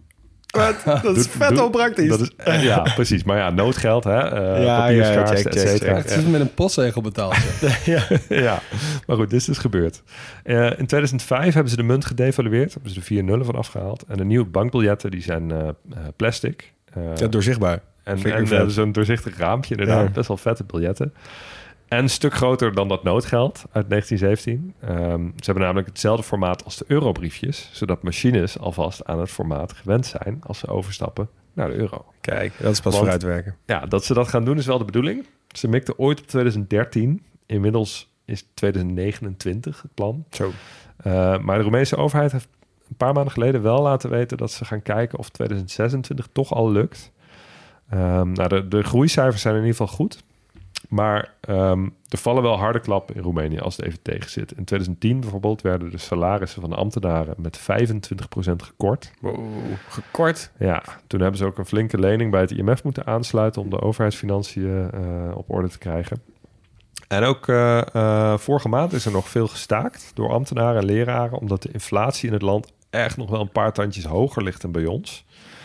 Dat is vet onpraktisch. Dat is, ja, precies. Maar ja, noodgeld, hè? Papierskaarten, check. et cetera. Het is met een postzegel betaald. Ja, maar goed, dit is dus gebeurd. In 2005 hebben ze de munt gedevalueerd. Hebben ze de 4 nullen van afgehaald. En de nieuwe bankbiljetten, die zijn plastic. Doorzichtbaar. En zo'n doorzichtig raampje, inderdaad. Ja. Best wel vette biljetten. En een stuk groter dan dat noodgeld uit 1917. Ze hebben namelijk hetzelfde formaat als de eurobriefjes, zodat machines alvast aan het formaat gewend zijn als ze overstappen naar de euro. Kijk, dat is pas Want- vooruitwerken. Ja, dat ze dat gaan doen is wel de bedoeling. Ze mikten ooit op 2013. Inmiddels is 2029 het plan. Zo. Maar de Roemeense overheid heeft een paar maanden geleden wel laten weten dat ze gaan kijken of 2026 toch al lukt. De groeicijfers zijn in ieder geval goed. Maar er vallen wel harde klappen in Roemenië als het even tegen zit. In 2010 bijvoorbeeld werden de salarissen van de ambtenaren met 25% gekort. Wow, gekort. Ja, toen hebben ze ook een flinke lening bij het IMF moeten aansluiten om de overheidsfinanciën op orde te krijgen. En ook vorige maand is er nog veel gestaakt door ambtenaren en leraren, omdat de inflatie in het land echt nog wel een paar tandjes hoger ligt dan bij ons.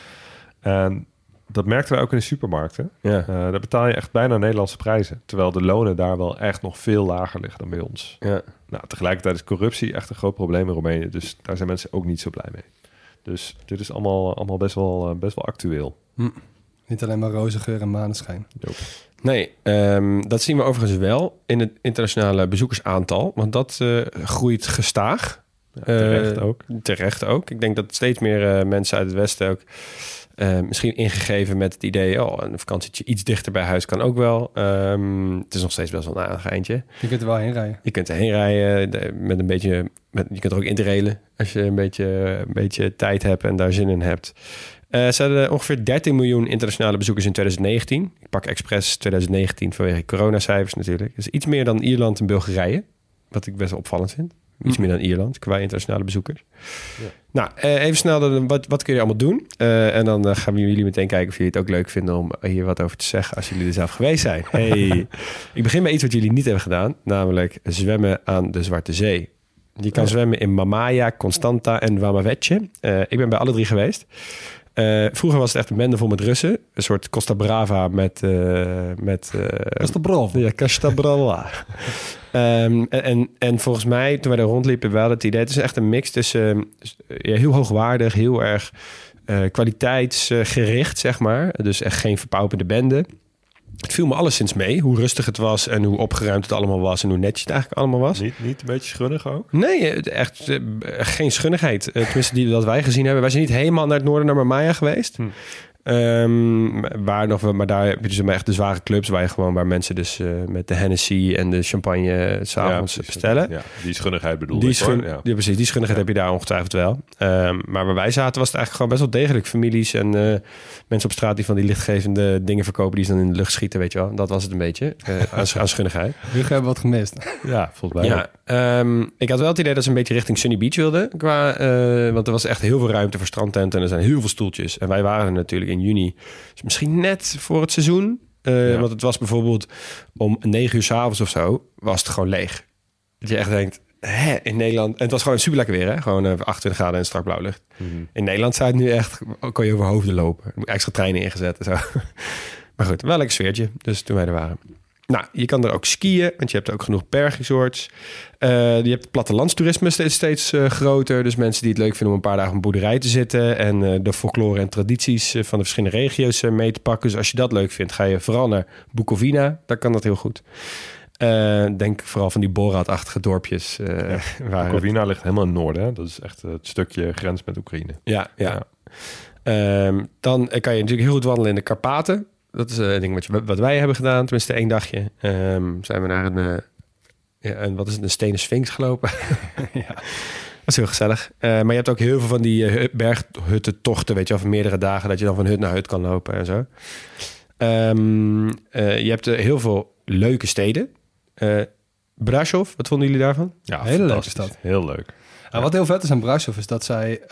En dat merkten wij ook in de supermarkten. Ja. Daar betaal je echt bijna Nederlandse prijzen. Terwijl de lonen daar wel echt nog veel lager liggen dan bij ons. Ja. Nou, tegelijkertijd is corruptie echt een groot probleem in Roemenië. Dus daar zijn mensen ook niet zo blij mee. Dus dit is allemaal best wel actueel. Niet alleen maar roze geur en maneschijn. Nee, dat zien we overigens wel in het internationale bezoekersaantal. Want dat groeit gestaag. Ja, terecht ook. Terecht ook. Ik denk dat steeds meer mensen uit het Westen ook... misschien ingegeven met het idee... een vakantietje iets dichter bij huis kan ook wel. Het is nog steeds best wel een aardig eindje. Je kunt er wel heen rijden. Je kunt erheen rijden met een beetje... je kunt er ook interrailen als je een beetje tijd hebt en daar zin in hebt. Ze hadden ongeveer 13 miljoen internationale bezoekers in 2019. Ik pak expres 2019 vanwege coronacijfers natuurlijk. Dus iets meer dan Ierland en Bulgarije. Wat ik best wel opvallend vind. Iets meer dan Ierland qua internationale bezoekers. Ja. Nou, even snel, wat kun je allemaal doen? En dan gaan we jullie meteen kijken of jullie het ook leuk vinden om hier wat over te zeggen als jullie er zelf geweest zijn. Hey. Ik begin bij iets wat jullie niet hebben gedaan, namelijk zwemmen aan de Zwarte Zee. Je kan zwemmen in Mamaia, Constanta en Wamavetje. Ik ben bij alle 3 geweest. Vroeger was het echt een bende vol met Russen. Een soort Costa Brava met Costa Brava. Ja, Costa Brava. En volgens mij, toen wij daar rondliepen, wel het idee... Het is echt een mix tussen heel hoogwaardig, heel erg kwaliteitsgericht, zeg maar. Dus echt geen verpauperde bende. Het viel me alleszins mee, hoe rustig het was en hoe opgeruimd het allemaal was en hoe netjes het eigenlijk allemaal was. Niet een beetje schunnig ook? Nee, echt geen schunnigheid. Tenminste, dat wij gezien hebben. Wij zijn niet helemaal naar het noorden, naar Mamaia geweest. Maar daar heb je dus echt de zware clubs waar mensen dus met de Hennessy en de champagne 's avonds bestellen. Ja, die schunnigheid bedoel ik. Ja, precies. Die schunnigheid heb je daar ongetwijfeld wel. Maar waar wij zaten was het eigenlijk gewoon best wel degelijk. Families en mensen op straat die van die lichtgevende dingen verkopen die ze dan in de lucht schieten, weet je wel. Dat was het een beetje aan schunnigheid. Hugo hebben wat gemist. Ja, volgens mij. Ja, ik had wel het idee dat ze een beetje richting Sunny Beach wilden. Want er was echt heel veel ruimte voor strandtenten en er zijn heel veel stoeltjes. En wij waren er natuurlijk in juni. Dus misschien net voor het seizoen. Want het was bijvoorbeeld om 9 uur 's avonds of zo, was het gewoon leeg. Dat je echt denkt, in Nederland... En het was gewoon super lekker weer, hè? Gewoon 28 graden en strak blauw lucht. In Nederland zou het nu echt... kon je over hoofden lopen. Er moet extra treinen ingezet en zo. Maar goed, wel een lekker sfeertje. Dus toen wij er waren. Nou, je kan er ook skiën, want je hebt ook genoeg bergresorts. Je hebt plattelandstoerisme steeds groter. Dus mensen die het leuk vinden om een paar dagen op een boerderij te zitten en de folklore en tradities van de verschillende regio's mee te pakken. Dus als je dat leuk vindt, ga je vooral naar Bukovina. Daar kan dat heel goed. Denk vooral van die Borat-achtige dorpjes. Bukovina ligt helemaal in het noorden. Hè? Dat is echt het stukje grens met Oekraïne. Ja. Dan kan je natuurlijk heel goed wandelen in de Karpaten. Dat is een ding wat wij hebben gedaan, tenminste 1 dagje. Zijn we naar een stenen sphinx gelopen. Ja. Dat is heel gezellig. Maar je hebt ook heel veel van die berghuttentochten, weet je wel, van meerdere dagen, dat je dan van hut naar hut kan lopen en zo. Je hebt heel veel leuke steden. Brasov, wat vonden jullie daarvan? Ja, hele leuke stad. Heel leuk. En wat heel vet is aan Brasov is dat zij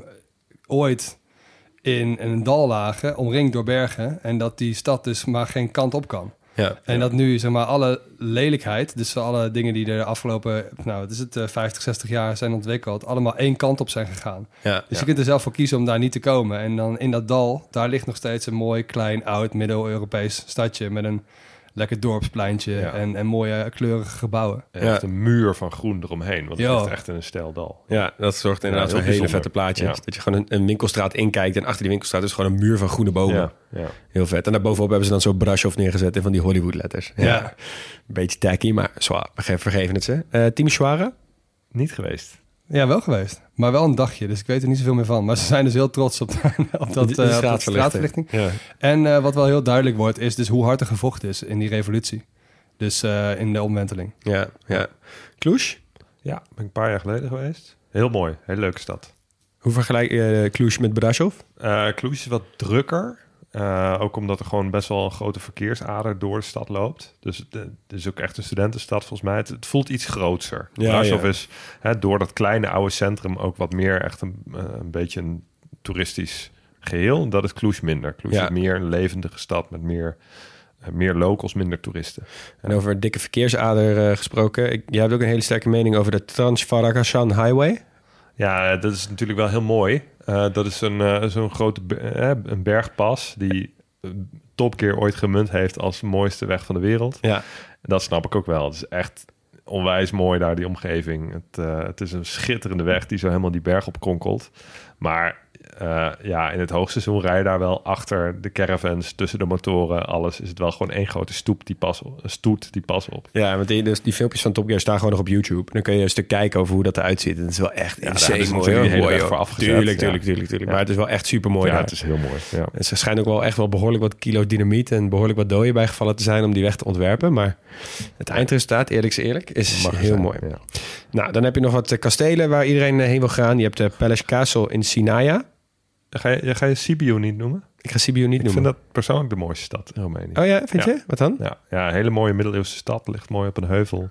ooit in een dal lagen, omringd door bergen, en dat die stad dus maar geen kant op kan. Ja. En dat nu, zeg maar, alle lelijkheid, dus alle dingen die er de afgelopen, 50, 60 jaar zijn ontwikkeld, allemaal 1 kant op zijn gegaan. Ja. Dus je kunt er zelf voor kiezen om daar niet te komen. En dan in dat dal, daar ligt nog steeds een mooi, klein, oud, middel-Europees stadje met een lekker dorpspleintje en mooie kleurige gebouwen. Echt een muur van groen eromheen, want het ligt echt in een steil dal. Ja, dat zorgt inderdaad voor hele vette plaatjes. Ja. Dat je gewoon een winkelstraat inkijkt en achter die winkelstraat is gewoon een muur van groene bomen. Ja. Heel vet. En daarbovenop hebben ze dan zo Brasov neergezet in van die Hollywood letters. Ja. Een beetje tacky, maar vergeven het ze. Timișoara? Niet geweest. Ja, wel geweest. Maar wel een dagje, dus ik weet er niet zoveel meer van. Maar ze zijn dus heel trots op dat straatverlichting. Ja. En wat wel heel duidelijk wordt, is dus hoe hard er gevochten is in die revolutie. Dus in de omwenteling. Ja. Cluj? Ja, ben ik een paar jaar geleden geweest. Heel mooi, hele leuke stad. Hoe vergelijk je Cluj met Brasov? Cluj is wat drukker. Ook omdat er gewoon best wel een grote verkeersader door de stad loopt. Dus het is ook echt een studentenstad volgens mij. Het voelt iets grootser. Brasov is door dat kleine oude centrum ook wat meer echt een beetje een toeristisch geheel. Dat is Cluj minder. Cluj is meer een levendige stad met meer locals, minder toeristen. En over dikke verkeersader gesproken. Jij hebt ook een hele sterke mening over de Trans-Farrakhan Highway. Ja, dat is natuurlijk wel heel mooi. Dat is zo'n grote een bergpas die Top Gear ooit gemunt heeft als mooiste weg van de wereld. Ja. Dat snap ik ook wel. Het is echt onwijs mooi daar, die omgeving. Het is een schitterende weg die zo helemaal die berg op kronkelt. Maar in het hoogseizoen rij je daar wel achter de caravans, tussen de motoren, alles. Is het wel gewoon 1 grote stoet die pas op. Ja, want die filmpjes van Top Gear staan gewoon nog op YouTube. Dan kun je een stuk kijken over hoe dat eruit ziet. En het is wel echt insane mooi. Die hele weg voor afgezet. Tuurlijk. Ja. Maar het is wel echt super mooi. Ja, het is heel mooi. Ja. En ze schijnt ook wel echt wel behoorlijk wat kilo dynamiet en behoorlijk wat doden bijgevallen te zijn om die weg te ontwerpen. Maar het eindresultaat, eerlijk is heel mooi. Ja. Nou, dan heb je nog wat kastelen waar iedereen heen wil gaan. Je hebt de Palace Castle in Sinaia. Ga je Sibiu niet noemen? Ik ga Sibiu niet noemen. Ik vind dat persoonlijk de mooiste stad in Roemenië. Oh ja, vind je? Wat dan? Ja, een hele mooie middeleeuwse stad. Ligt mooi op een heuvel.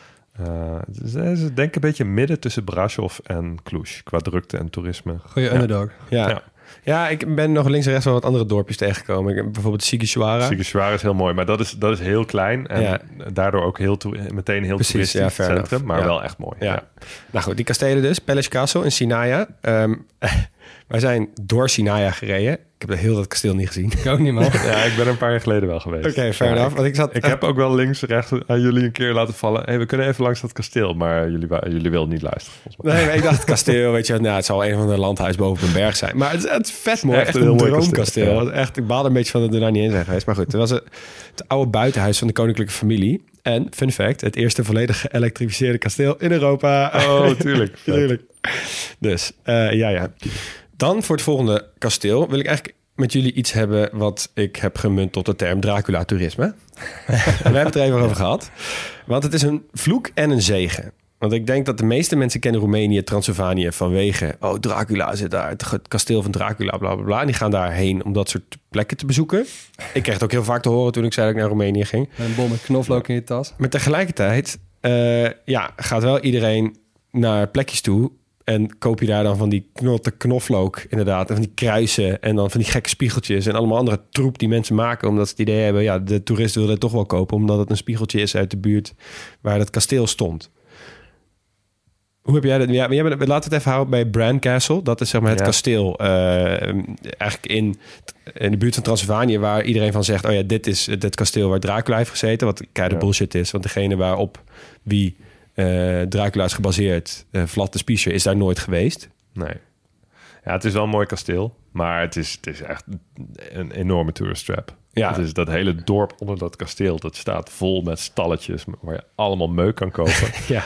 Het is denk ik een beetje midden tussen Brasov en Cluj. Qua drukte en toerisme. Goeie underdog. Ja, ik ben nog links en rechts wel wat andere dorpjes tegengekomen. Ik heb bijvoorbeeld Sighisoara. Sighisoara is heel mooi, maar dat is heel klein. En daardoor ook meteen heel toeristisch centrum. Maar wel echt mooi. Ja. Nou goed, die kastelen dus. Palace Castle in Sinaia. Wij zijn door Sinaia gereden. Ik heb heel dat kasteel niet gezien. Ik ook niet, man. Ja, ik ben er een paar jaar geleden wel geweest. Oké, fair enough. Want Ik heb ook wel links, rechts aan jullie een keer laten vallen. Hey, we kunnen even langs dat kasteel, maar jullie wilden niet luisteren. Volgens mij. Nee, maar ik dacht het kasteel, weet je, nou, het zal een van de landhuis boven op een berg zijn. Maar het is vet mooi, echt een heel mooi droomkasteel. kasteel, ja. Echt, ik baalde een beetje van dat we daar niet in zijn geweest. Maar goed, het was het oude buitenhuis van de koninklijke familie. En, fun fact, het eerste volledig geëlektrificeerde kasteel in Europa. Oh, tuurlijk. Tuurlijk. Dus, ja. Dan voor het volgende kasteel wil ik eigenlijk met jullie iets hebben wat ik heb gemunt tot de term Dracula-toerisme. En we hebben het er even over gehad. Want het is een vloek en een zegen. Want ik denk dat de meeste mensen kennen Roemenië, Transylvanië vanwege... oh, Dracula zit daar, het kasteel van Dracula, bla, bla, bla. En die gaan daarheen om dat soort plekken te bezoeken. Ik kreeg het ook heel vaak te horen toen ik zei dat ik naar Roemenië ging. Met een bol met knoflook in je tas. Maar tegelijkertijd gaat wel iedereen naar plekjes toe... en koop je daar dan van die knoflook inderdaad... en van die kruisen en dan van die gekke spiegeltjes... en allemaal andere troep die mensen maken... omdat ze het idee hebben, ja, de toerist wil het toch wel kopen... omdat het een spiegeltje is uit de buurt waar dat kasteel stond. Hoe heb jij dat? Ja, laten we het even houden bij Bran Castle. Dat is zeg maar het kasteel eigenlijk in de buurt van Transylvanië... waar iedereen van zegt, oh ja, dit is het kasteel waar Dracula heeft gezeten... wat keiharde bullshit is, want degene waarop wie... Dracula is gebaseerd. Vlad de Spiescher is daar nooit geweest. Nee. Ja, het is wel een mooi kasteel. Maar het is echt een enorme tourist trap. Ja. Het is dat hele dorp onder dat kasteel. Dat staat vol met stalletjes waar je allemaal meuk kan kopen.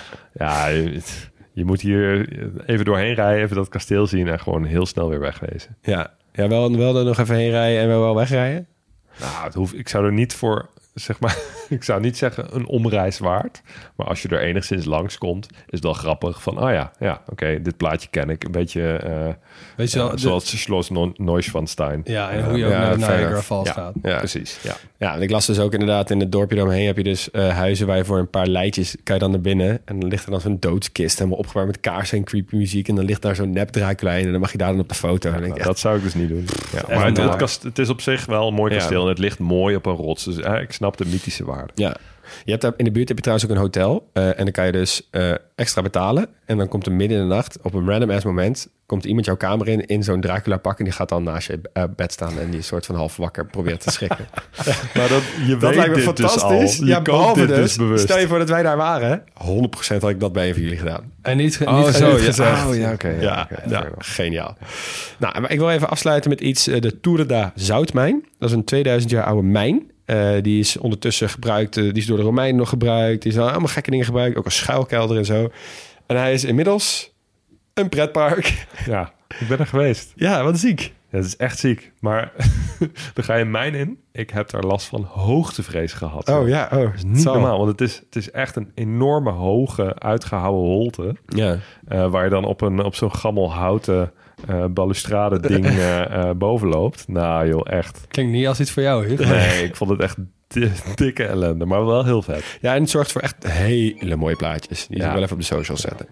Ja, je moet hier even doorheen rijden, even dat kasteel zien... en gewoon heel snel weer wegwezen. Ja, wel er nog even heen rijden en wel wegrijden? Nou, ik zou er niet voor... zeg maar, ik zou niet zeggen een omreis waard. Maar als je er enigszins langskomt, is het wel grappig van... oké, dit plaatje ken ik. Een beetje Weet je wel, zoals Schloss Neuschwanstein. Ja, en hoe je ook naar de Niagara Falls ja, gaat. Ja, precies. Ja. En ik las dus ook inderdaad in het dorpje daaromheen... heb je dus huizen waar je voor een paar leidjes... kan je dan naar binnen en dan ligt er dan zo'n doodskist... helemaal opgewarmd met kaarsen en creepy muziek... en dan ligt daar zo'n nep Dracula in... en dan mag je daar dan op de foto. En Dat zou ik dus niet doen. Ja, maar het is op zich wel een mooi kasteel... en het ligt mooi op een rots. Dus ik snap de mythische waarde. Ja. Je hebt daar in de buurt heb je trouwens ook een hotel. En dan kan je dus extra betalen. En dan komt er midden in de nacht, op een random ass moment... komt iemand jouw kamer in zo'n Dracula pak... en die gaat dan naast je bed staan... en die soort van half wakker probeert te schrikken. Maar dat lijkt me fantastisch. Dus ja, behalve dus, stel je voor dat wij daar waren... 100% had ik dat bij een van jullie gedaan. En niet gezegd. Oké. Geniaal. Nou, maar ik wil even afsluiten met iets. De Tourda Zoutmijn. Dat is een 2000 jaar oude mijn... die is ondertussen gebruikt. Die is door de Romeinen nog gebruikt. Die is allemaal gekke dingen gebruikt. Ook een schuilkelder en zo. En hij is inmiddels een pretpark. Ja, ik ben er geweest. Ja, wat ziek. Ja, het is echt ziek. Maar dan ga je een mijn in. Ik heb daar last van hoogtevrees gehad. Oh ja, dat is niet normaal. Want het is echt een enorme, hoge, uitgehouwen holte. Ja. Waar je dan op zo'n gammel houten... balustrade ding boven loopt. Nou joh, echt. Klinkt niet als iets voor jou, hè? Nee, ik vond het echt dikke ellende, maar wel heel vet. Ja, en het zorgt voor echt hele mooie plaatjes. Die zal ik wel even op de socials zetten.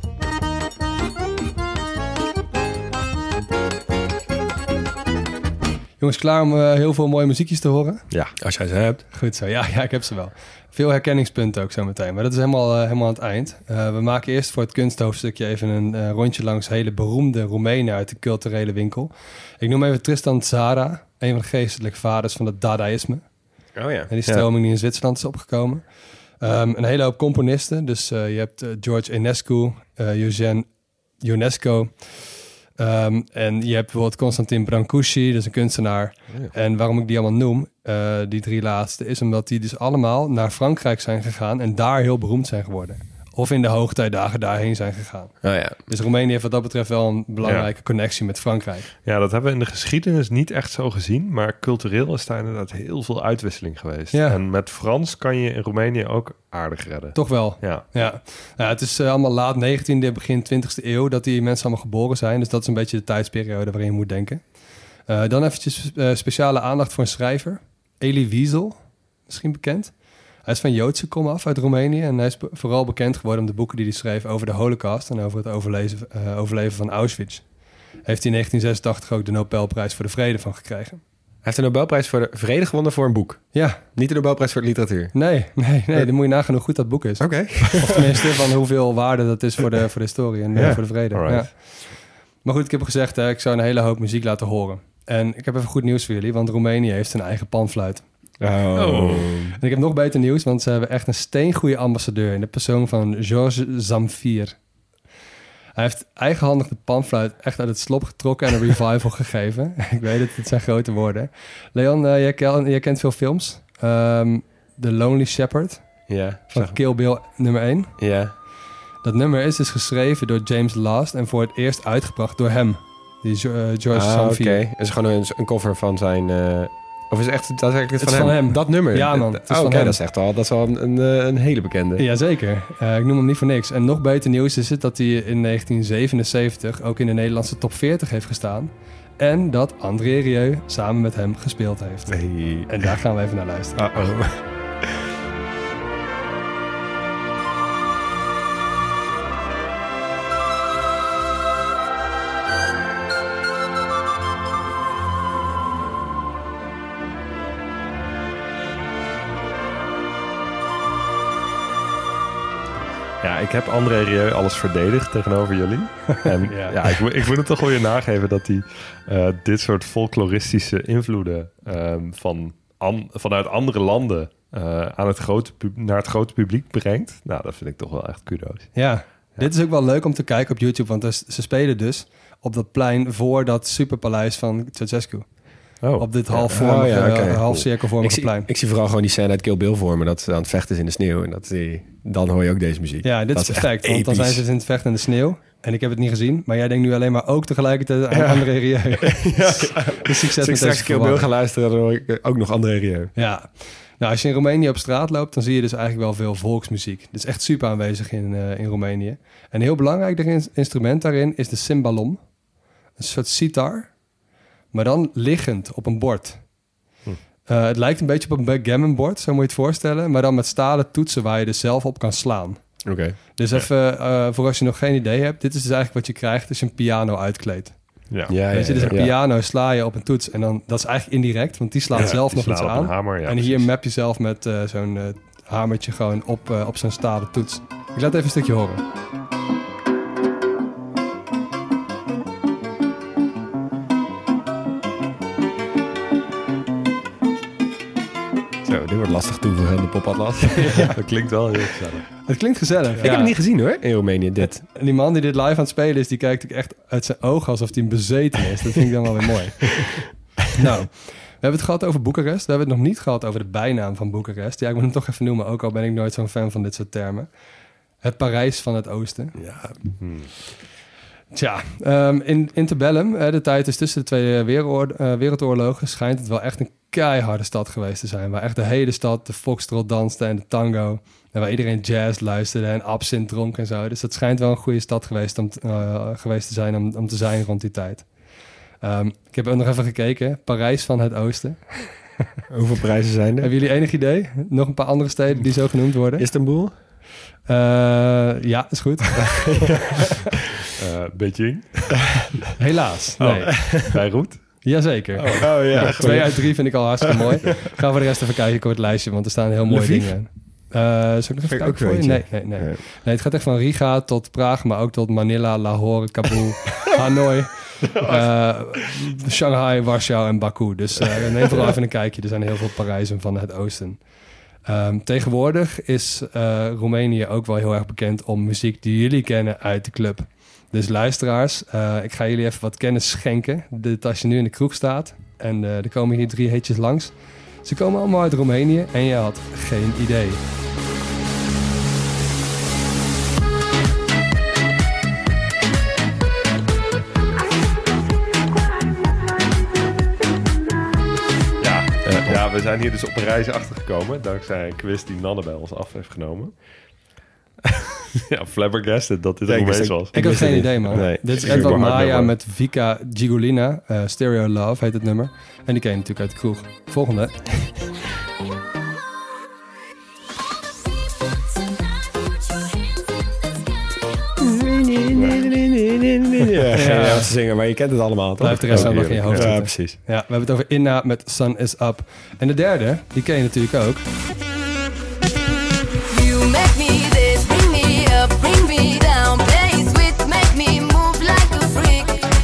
Jongens, klaar om heel veel mooie muziekjes te horen? Ja, als jij ze hebt. Goed zo, ja, ik heb ze wel. Veel herkenningspunten ook zo meteen, maar dat is helemaal aan het eind. We maken eerst voor het kunsthoofdstukje even een rondje langs hele beroemde Roemenen uit de culturele winkel. Ik noem even Tristan Tzara, een van de geestelijke vaders van het Dadaïsme. Oh ja. En die stroming die in Zwitserland is opgekomen. Een hele hoop componisten, dus je hebt George Enescu, Eugen Ionesco... en je hebt bijvoorbeeld Constantin Brancusi, dus een kunstenaar. Ja. En waarom ik die allemaal noem, die drie laatste... is omdat die dus allemaal naar Frankrijk zijn gegaan... en daar heel beroemd zijn geworden. Of in de hoogtijdagen daarheen zijn gegaan. Oh ja. Dus Roemenië heeft wat dat betreft wel een belangrijke connectie met Frankrijk. Ja, dat hebben we in de geschiedenis niet echt zo gezien. Maar cultureel is daar inderdaad heel veel uitwisseling geweest. Ja. En met Frans kan je in Roemenië ook aardig redden. Toch wel. Ja. Ja, het is allemaal laat 19e, begin 20e eeuw... dat die mensen allemaal geboren zijn. Dus dat is een beetje de tijdsperiode waarin je moet denken. Dan eventjes speciale aandacht voor een schrijver. Elie Wiesel, misschien bekend. Hij is van Joodse komaf uit Roemenië... en hij is vooral bekend geworden om de boeken die hij schreef... over de Holocaust en over het overleven van Auschwitz. Heeft hij in 1986 ook de Nobelprijs voor de Vrede van gekregen. Hij heeft de Nobelprijs voor de Vrede gewonnen voor een boek. Ja. Niet de Nobelprijs voor de literatuur. Nee. Dan moet je nagaan hoe goed dat boek is. Oké. Of tenminste van hoeveel waarde dat is voor de historie en voor de vrede. Ja. Maar goed, ik heb gezegd, ik zou een hele hoop muziek laten horen. En ik heb even goed nieuws voor jullie, want Roemenië heeft een eigen panfluit. Oh. En ik heb nog beter nieuws, want ze hebben echt een steengoede ambassadeur in de persoon van George Zamfir. Hij heeft eigenhandig de panfluit echt uit het slop getrokken en een revival gegeven. Ik weet het zijn grote woorden. Leon, jij kent veel films. The Lonely Shepherd Ja. van Kill Bill nummer 1. Ja. Dat nummer is dus geschreven door James Last en voor het eerst uitgebracht door hem. Die George Zamfir. Oké. Het is gewoon een cover van zijn... Of is het echt daadwerkelijk Het is van hem. Dat nummer? Ja, man. Het is van Oké, hem. dat is echt wel, dat is wel een hele bekende. Jazeker. Ik noem hem niet voor niks. En nog beter nieuws is het dat hij in 1977 ook in de Nederlandse top 40 heeft gestaan. En dat André Rieu samen met hem gespeeld heeft. Hey. En daar gaan we even naar luisteren. Uh-oh. Ja, ik heb André Rieu alles verdedigd tegenover jullie. En Ja. ik moet het toch wel weer nageven dat hij dit soort folkloristische invloeden vanuit andere landen naar het grote publiek brengt. Nou, dat vind ik toch wel echt kudo's. Ja, dit is ook wel leuk om te kijken op YouTube. Want ze spelen dus op dat plein voor dat superpaleis van Ceausescu. Oh. Op dit halfvormige, halfcirkelvormige plein. Ik zie vooral gewoon die scène uit Kill Bill voor me. Dat ze aan het vechten is in de sneeuw. En dan hoor je ook deze muziek. Ja, dit Dat is echt perfect. Want dan episch. zijn ze dus in het vechten in de sneeuw. En ik heb het niet gezien. Maar jij denkt nu alleen maar ook tegelijkertijd aan André Rieu. Dus succes Als ik met straks deze Kill Bill ga luisteren, dan hoor ik ook nog André Rieu. Ja, nou, als je in Roemenië op straat loopt, dan zie je dus eigenlijk wel veel volksmuziek. Dit is echt super aanwezig in Roemenië. En een heel belangrijk instrument daarin is de cymbalom. Een soort sitar, maar dan liggend op een bord. Het lijkt een beetje op een backgammonbord, zo moet je het voorstellen. Maar dan met stalen toetsen waar je dus zelf op kan slaan. Oké. Dus even, voor als je nog geen idee hebt, dit is dus eigenlijk wat je krijgt als je een piano uitkleedt. Ja. Dus een piano sla je op een toets en dan dat is eigenlijk indirect, want die slaat zelf nog iets aan. Hamer, en hier map je zelf met zo'n hamertje gewoon op zo'n stalen toets. Ik laat even een stukje horen. Zo, dit wordt lastig toevoegen aan de popatlas. Dat klinkt wel heel gezellig. Het klinkt gezellig. Ik heb het niet gezien hoor, in Roemenië, dit. En die man die dit live aan het spelen is, die kijkt ook echt uit zijn ogen alsof hij een bezeten is. Dat vind ik dan wel weer mooi. Nou, we hebben het gehad over Boekarest. We hebben het nog niet gehad over de bijnaam van Boekarest. Ja, ik moet hem toch even noemen, ook al ben ik nooit zo'n fan van dit soort termen. Het Parijs van het Oosten. Ja. Tja, in Interbellum, de tijd is tussen de twee wereldoorlogen, schijnt het wel echt een keiharde stad geweest te zijn. Waar echt de hele stad de foxtrot danste en de tango. En waar iedereen jazz luisterde en absint dronk en zo. Dus dat schijnt wel een goede stad geweest te zijn om te zijn rond die tijd. Ik heb ook nog even gekeken. Parijs van het Oosten. Hoeveel prijzen zijn er? Hebben jullie enig idee? Nog een paar andere steden die zo genoemd worden? Istanbul? Ja, is goed. Beijing? Helaas, nee. Beirut? Jazeker. Oh ja. 2 uit 3 vind ik al hartstikke mooi. Gaan we voor de rest even kijken op het lijstje, want er staan heel mooie Lviv? dingen. Zal ik nog even kijken voor je? Nee. Nee, het gaat echt van Riga tot Praag, maar ook tot Manila, Lahore, Kabul, Hanoi, Shanghai, Warschau en Baku. Dus neem vooral even een kijkje. Er zijn heel veel Parijzen van het oosten. Tegenwoordig is Roemenië ook wel heel erg bekend om muziek die jullie kennen uit de club. Dus luisteraars, ik ga jullie even wat kennis schenken. Als je nu in de kroeg staat en er komen hier 3 hitjes langs. Ze komen allemaal uit Roemenië en je had geen idee. Ja, we zijn hier dus op een reis achtergekomen. Dankzij een quiz die Nanne bij ons af heeft genomen. Ja, flabbergasted dat dit een Roemeens was. Ik had geen idee, man. Nee. Dit is Ik Edward heb een hard Maya nummer. met Vika Gigolina. Stereo Love heet het nummer. En die ken je natuurlijk uit de kroeg. Volgende. Ja, geen idee wat ze zingen, maar je kent het allemaal, toch? Blijft de rest ook nog in je hoofd Ja, zitten. precies. Ja, we hebben het over Inna met Sun Is Up. En de derde, die ken je natuurlijk ook. You make me this, bring me up, bring me down. Play sweet, make me move like a freak.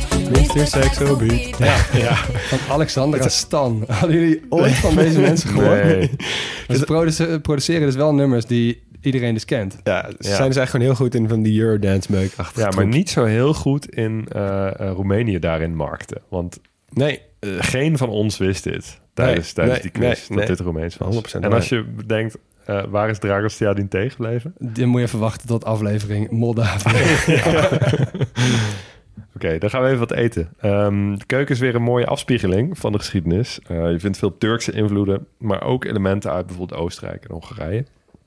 Mr. Sexo Beat. Ja. Van Alexandra Stan. Hadden jullie ooit van deze mensen gehoord? Nee. Ze produceren dus wel nummers die iedereen dus kent. Ja, ze zijn dus eigenlijk gewoon heel goed in van die Eurodance-meuk. Ja, maar niet zo heel goed in Roemenië daarin markten. Want Nee, geen van ons wist dit tijdens die quiz. Dat dit Roemeens was. 100% En als je denkt, waar is Dragos Tiadin tegengebleven? Die moet je even wachten tot aflevering Moldavië. Oké, dan gaan we even wat eten. De keuken is weer een mooie afspiegeling van de geschiedenis. Je vindt veel Turkse invloeden, maar ook elementen uit bijvoorbeeld Oostenrijk en Hongarije.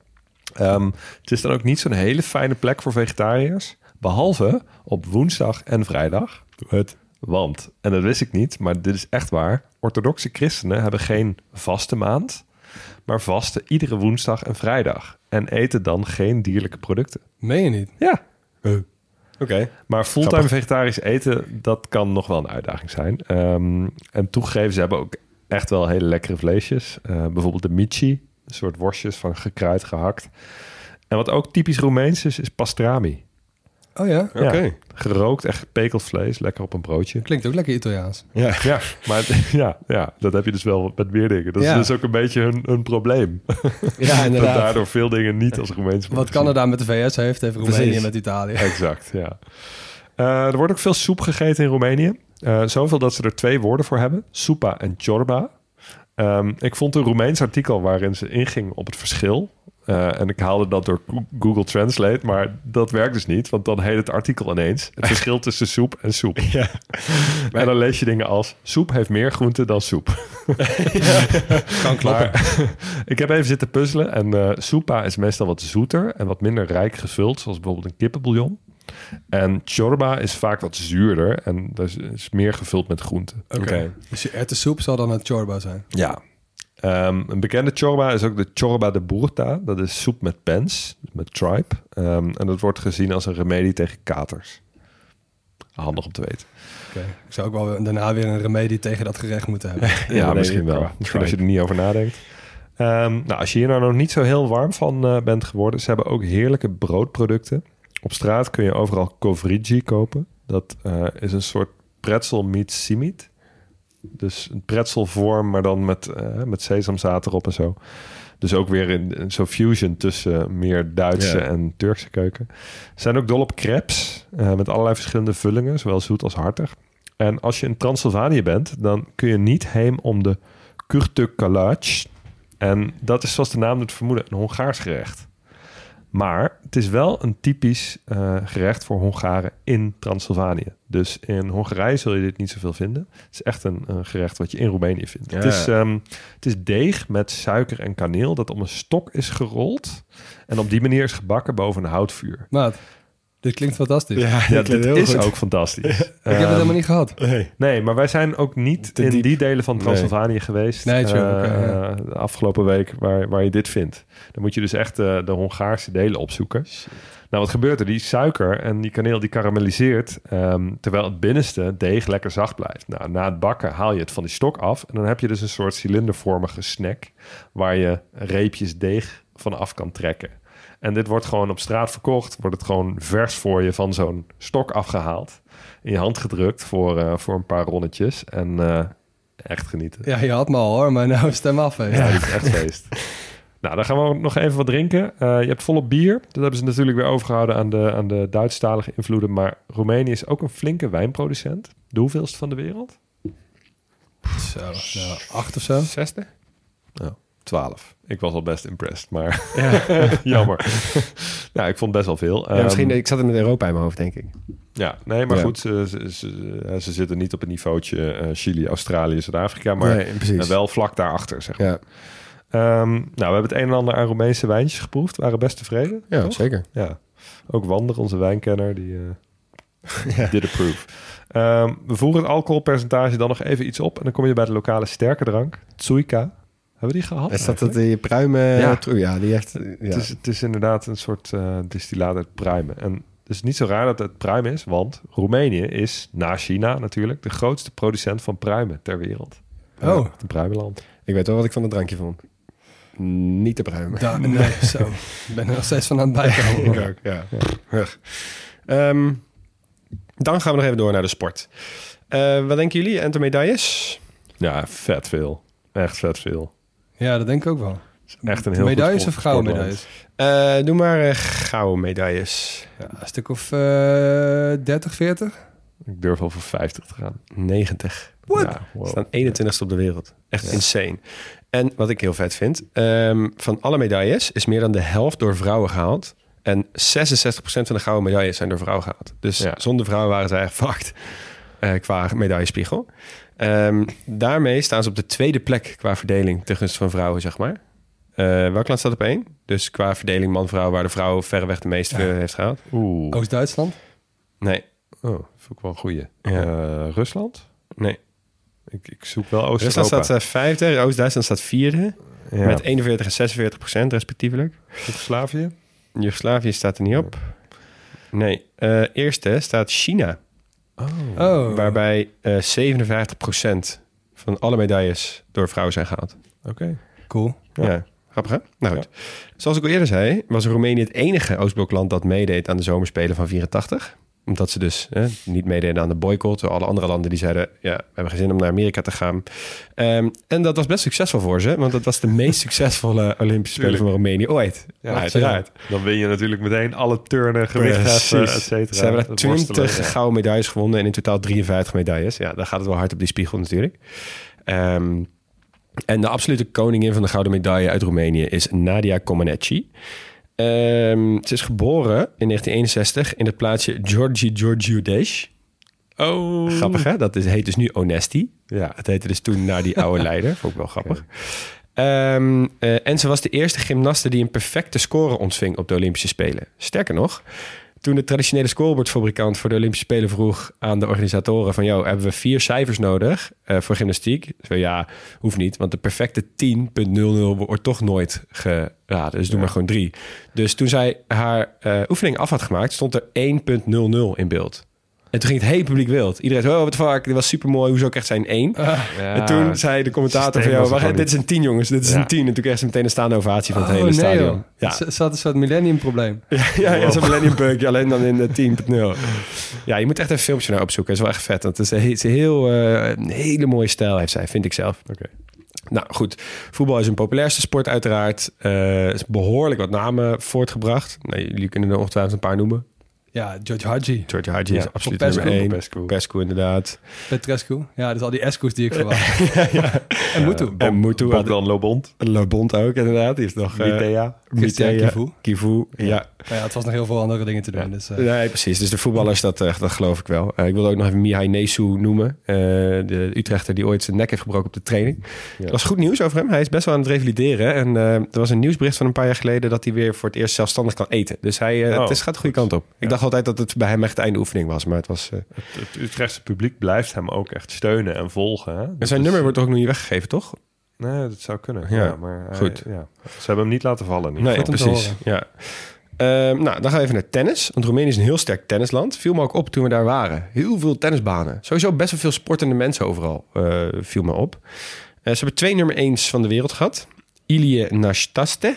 Het is dan ook niet zo'n hele fijne plek voor vegetariërs, behalve op woensdag en vrijdag. Want, en dat wist ik niet, maar dit is echt waar, orthodoxe christenen hebben geen vaste maand, maar vasten iedere woensdag en vrijdag. En eten dan geen dierlijke producten. Meen je niet? Ja. Oké. Maar fulltime vegetarisch eten, dat kan nog wel een uitdaging zijn. En toegegeven, ze hebben ook echt wel hele lekkere vleesjes. Bijvoorbeeld de michi, een soort worstjes van gekruid gehakt. En wat ook typisch Roemeens is pastrami. Oh ja? Oké. Ja, gerookt, echt gepekeld vlees, lekker op een broodje. Klinkt ook lekker Italiaans. Ja. Ja, maar dat heb je dus wel met meer dingen. Dat is dus ook een beetje hun probleem. Ja, Dat inderdaad. daardoor veel dingen niet als Roemeens worden Wat Canada met de VS heeft Roemenië Precies. met Italië. Exact, ja. Er wordt ook veel soep gegeten in Roemenië. Zoveel dat ze er 2 woorden voor hebben. Soepa en ciorba. Ik vond een Roemeens artikel waarin ze inging op het verschil. En ik haalde dat door Google Translate, maar dat werkt dus niet, want dan heet het artikel ineens het verschil tussen soep en soep. Ja. En dan lees je dingen als soep heeft meer groente dan soep. Kan kloppen. Maar, ik heb even zitten puzzelen en soepa is meestal wat zoeter en wat minder rijk gevuld, zoals bijvoorbeeld een kippenbouillon. En ciorba is vaak wat zuurder en dat is meer gevuld met groenten. Oké. Dus je erwtensoep zal dan een ciorba zijn. Ja. Een bekende ciorba is ook de ciorba de burta. Dat is soep met pens, met tripe. En dat wordt gezien als een remedie tegen katers. Handig om te weten. Oké. Ik zou ook wel daarna weer een remedie tegen dat gerecht moeten hebben. Ja, misschien wel. Misschien als je er niet over nadenkt. Als je hier nou nog niet zo heel warm van bent geworden... ze hebben ook heerlijke broodproducten. Op straat kun je overal kovrigi kopen. Dat is een soort pretzel meets simit. Dus een pretzelvorm, maar dan met sesamzaad erop en zo. Dus ook weer in zo'n fusion tussen meer Duitse en Turkse keuken. Ze zijn ook dol op crepes met allerlei verschillende vullingen, zowel zoet als hartig. En als je in Transylvanië bent, dan kun je niet heen om de kurtükalac. En dat is, zoals de naam doet vermoeden, een Hongaars gerecht. Maar het is wel een typisch gerecht voor Hongaren in Transylvanië. Dus in Hongarije zul je dit niet zoveel vinden. Het is echt een gerecht wat je in Roemenië vindt. Ja. Het is deeg met suiker en kaneel dat om een stok is gerold. En op die manier is gebakken boven een houtvuur. Maat, dit klinkt fantastisch. Ja, dit is ook fantastisch. Ik heb het helemaal niet gehad. Nee, maar wij zijn ook niet Te in diep. die delen van Transylvanië geweest. Nee, true. De afgelopen week waar je dit vindt. Dan moet je dus echt de Hongaarse delen opzoeken. Nou, wat gebeurt er? Die suiker en die kaneel die karamelliseert... terwijl het binnenste deeg lekker zacht blijft. Nou, na het bakken haal je het van die stok af... en dan heb je dus een soort cilindervormige snack... waar je reepjes deeg van af kan trekken. En dit wordt gewoon op straat verkocht. Wordt het gewoon vers voor je van zo'n stok afgehaald. In je hand gedrukt voor een paar ronnetjes. En echt genieten. Ja, je had me al hoor, maar nou is het hem af. Hè. Ja, dit is echt feest. Nou, dan gaan we nog even wat drinken. Je hebt volop bier. Dat hebben ze natuurlijk weer overgehouden aan de Duitsstalige invloeden. Maar Roemenië is ook een flinke wijnproducent. De hoeveelste van de wereld? Zo, 8 of zo. 6e? Nou, 12. Ik was al best impressed, maar jammer. Nou, ik vond best wel veel. Ja, misschien, ik zat er met Europa in mijn hoofd, denk ik. Ja, nee, maar Ja. goed, ze zitten niet op het niveautje Chili, Australië, Zuid-Afrika, maar Nee, precies. wel vlak daarachter, zeg maar. Ja, Nou, we hebben het een en ander aan Roemeense wijntjes geproefd. Waren best tevreden. ja toch? zeker. Ja. Ook Wander, onze wijnkenner, die did approve. We voeren het alcoholpercentage dan nog even iets op. En dan kom je bij de lokale sterke drank. Tsuika. Hebben we die gehad? Is dat dat eigenlijk? die pruimen? Ja. Ja, die echt... Ja. Het is inderdaad een soort distillaat uit pruimen. En het is niet zo raar dat het pruim is, want Roemenië is, na China natuurlijk, de grootste producent van pruimen ter wereld. Oh. Een pruimenland. Ik weet wel wat ik van het drankje vond. Niet te pruimen. Nee, zo. Ik ben er nog steeds van aan het bijkomen. Ik ook, ja. Dan gaan we nog even door naar de sport. Wat denken jullie? Aantal medailles? Ja, vet veel. Echt vet veel. Ja, dat denk ik ook wel. Echt een heel Medailles goed of gouden sportland. medailles? Doe maar gouden medailles. Ja, een stuk of 30, 40? Ik durf al voor 50 te gaan. 90. What? Ja, wow. We staan 21ste op de wereld. Echt insane. En wat ik heel vet vind, van alle medailles is meer dan de helft door vrouwen gehaald. En 66% van de gouden medailles zijn door vrouwen gehaald. Dus zonder vrouwen waren ze eigenlijk fucked qua medaillespiegel. Daarmee staan ze op de tweede plek qua verdeling ten gunste van vrouwen, zeg maar. Welk land staat op 1? Dus qua verdeling man-vrouw, waar de vrouw verreweg de meeste heeft gehaald. Oeh. Oost-Duitsland? Nee. Oh, vind ik wel een goeie. Ja. Rusland? Nee. Ik zoek wel Oost-Europa. Rusland staat vijfde, Oost-Duitsland staat vierde. Ja. Met 41 en 46% respectievelijk. Joegoslavië? Joegoslavië staat er niet op. Nee. Eerste staat China. Oh. Waarbij 57% van alle medailles door vrouwen zijn gehaald. Oké. Cool. Ja. Grappig, hè? Nou goed. Zoals ik al eerder zei, was Roemenië het enige Oostblokland dat meedeed aan de zomerspelen van 84. Omdat ze dus niet meededen aan de boycott. Alle andere landen die zeiden, ja, we hebben geen zin om naar Amerika te gaan. En dat was best succesvol voor ze. Want dat was de meest succesvolle Olympische Spelen van Roemenië ooit. Ja, uiteraard. Dan win je natuurlijk meteen alle turnen, gewichtheffen, et cetera. Ze hebben er Het worstelen, 20 gouden medailles gewonnen en in totaal 53 medailles. Ja, dan gaat het wel hard op die spiegel natuurlijk. En de absolute koningin van de gouden medaille uit Roemenië is Nadia Comaneci. Ze is geboren in 1961 in het plaatsje Georgi Georgiou. Oh. Grappig, hè? Dat heet dus nu Onesti. Ja. Het heette dus toen naar die oude leider. Vond ik wel grappig. En ze was de eerste gymnaste die een perfecte score ontving op de Olympische Spelen. Sterker nog, toen de traditionele scorebordfabrikant voor de Olympische Spelen vroeg aan de organisatoren van, hebben we 4 cijfers nodig voor gymnastiek? Zo, ja, hoeft niet, want de perfecte 10.00 wordt toch nooit geraden. Dus doe maar gewoon 3. Dus toen zij haar oefening af had gemaakt, stond er 1.00 in beeld. En toen ging het hele publiek wild. Iedereen zei, wat fuck, dit was super mooi. Hoezo krijgt zij een 1? En toen zei de commentator van, wacht, dit is een 10, jongens. Dit is een 10. En toen kreeg ze meteen een staande ovatie van het hele stadion. Ja. Ze had een soort millennium-probleem. Ja, zo'n millennium bug. Alleen dan in de 10.0. Ja, je moet echt een filmpje naar opzoeken. Het is wel echt vet. Want het is een hele mooie stijl heeft zij, vind ik zelf. Oké. Nou goed, voetbal is een populairste sport uiteraard. Is behoorlijk wat namen voortgebracht. Nou, jullie kunnen er ongetwijfeld een paar noemen. Ja, George Hagi. George Hagi is absoluut Popescu. nummer 1. Pescu inderdaad. Petrescu. Ja, dus al die Escu's die ik verwacht. En Mutu. En Mutu. Bogdan Lobont. Lobont ook inderdaad. Die is nog... Mitea. Kivu. Ja. Ja, het was nog heel veel andere dingen te doen. Ja. Dus, nee, precies. Dus de voetballers, dat geloof ik wel. Ik wilde ook nog even Mihai Nesu noemen. De Utrechter die ooit zijn nek heeft gebroken op de training. Ja. Dat was goed nieuws over hem. Hij is best wel aan het revalideren. En er was een nieuwsbericht van een paar jaar geleden dat hij weer voor het eerst zelfstandig kan eten. Dus het gaat de goede kant op. Ik dacht altijd dat het bij hem echt de einde oefening was. Maar het was... Het Utrechtse publiek blijft hem ook echt steunen en volgen. Hè? En zijn nummer wordt ook nog niet weggegeven, toch? Nee, dat zou kunnen. Ja, maar goed. Ze hebben hem niet laten vallen. Nee, precies. Ja. Dan gaan we even naar tennis. Want Roemenië is een heel sterk tennisland. Viel me ook op toen we daar waren. Heel veel tennisbanen. Sowieso best wel veel sportende mensen overal. Viel me op. Ze hebben 2 nummer 1's van de wereld gehad. Ilie Nastase.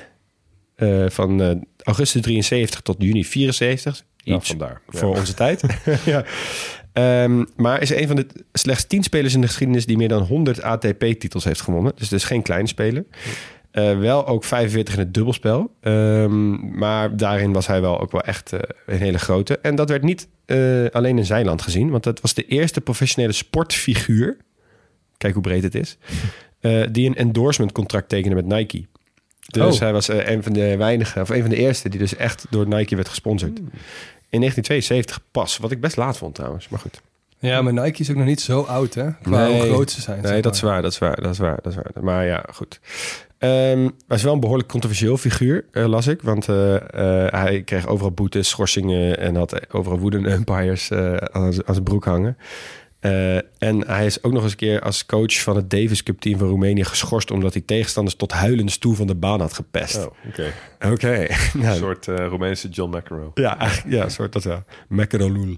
Van augustus 73 tot juni 74. Iets vandaar. Voor onze tijd. Ja. Maar is een van de slechts 10 spelers in de geschiedenis die meer dan 100 ATP-titels heeft gewonnen. Dus het is geen kleine speler. Wel ook 45 in het dubbelspel. Maar daarin was hij wel ook wel echt een hele grote. En dat werd niet alleen in zijn land gezien. Want dat was de eerste professionele sportfiguur. Kijk hoe breed het is. Die een endorsement contract tekende met Nike. Dus hij was een van de weinigen, of een van de eerste die dus echt door Nike werd gesponsord. In 1972 pas. Wat ik best laat vond trouwens, maar goed. Ja, maar Nike is ook nog niet zo oud, hè? Qua hoe groot ze zijn. Nee, dat is waar. Maar ja, goed. Hij is wel een behoorlijk controversieel figuur, las ik. Want hij kreeg overal boetes, schorsingen en had overal wooden umpires aan zijn broek hangen. En hij is ook nog eens een keer als coach van het Davis Cup team van Roemenië geschorst omdat hij tegenstanders tot huilens toe van de baan had gepest. Oh, oké. Nou, een soort Roemeense John McEnroe. Ja, eigenlijk, ja, een soort dat wel. McEnroe.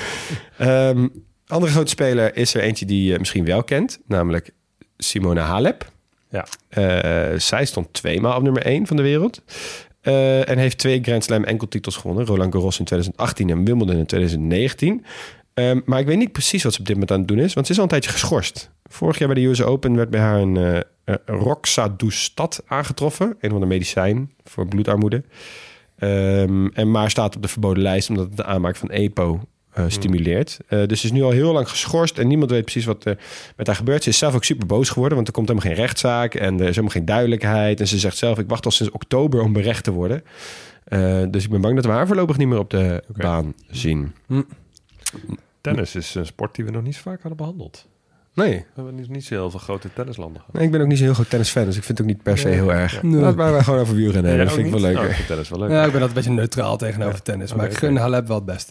Andere grote speler is er eentje die je misschien wel kent, namelijk Simona Halep. Ja. Zij stond 2 maal op nummer 1 van de wereld. En heeft 2 Grand Slam enkeltitels gewonnen. Roland Garros in 2018 en Wimbledon in 2019. Maar ik weet niet precies wat ze op dit moment aan het doen is. Want ze is al een tijdje geschorst. Vorig jaar bij de US Open werd bij haar een roxadustat aangetroffen. Een van de medicijn voor bloedarmoede. Maar staat op de verboden lijst omdat het de aanmaak van EPO stimuleert. Dus ze is nu al heel lang geschorst en niemand weet precies wat met haar gebeurt. Ze is zelf ook super boos geworden, want er komt helemaal geen rechtszaak en er is helemaal geen duidelijkheid. En ze zegt zelf, ik wacht al sinds oktober om berecht te worden. Dus ik ben bang dat we haar voorlopig niet meer op de baan zien. Tennis is een sport die we nog niet zo vaak hadden behandeld. Nee. We hebben niet zo heel veel grote tennislanden gehad. Nee, ik ben ook niet zo heel groot tennisfan, dus ik vind het ook niet per se heel erg. Nee. Laat maar gewoon over wielrennen hebben, dat vind ik wel leuker. Nou, ik vind tennis wel leuk. Ja, ik ben altijd een beetje neutraal tegenover tennis. Maar ik gun Halep wel het beste.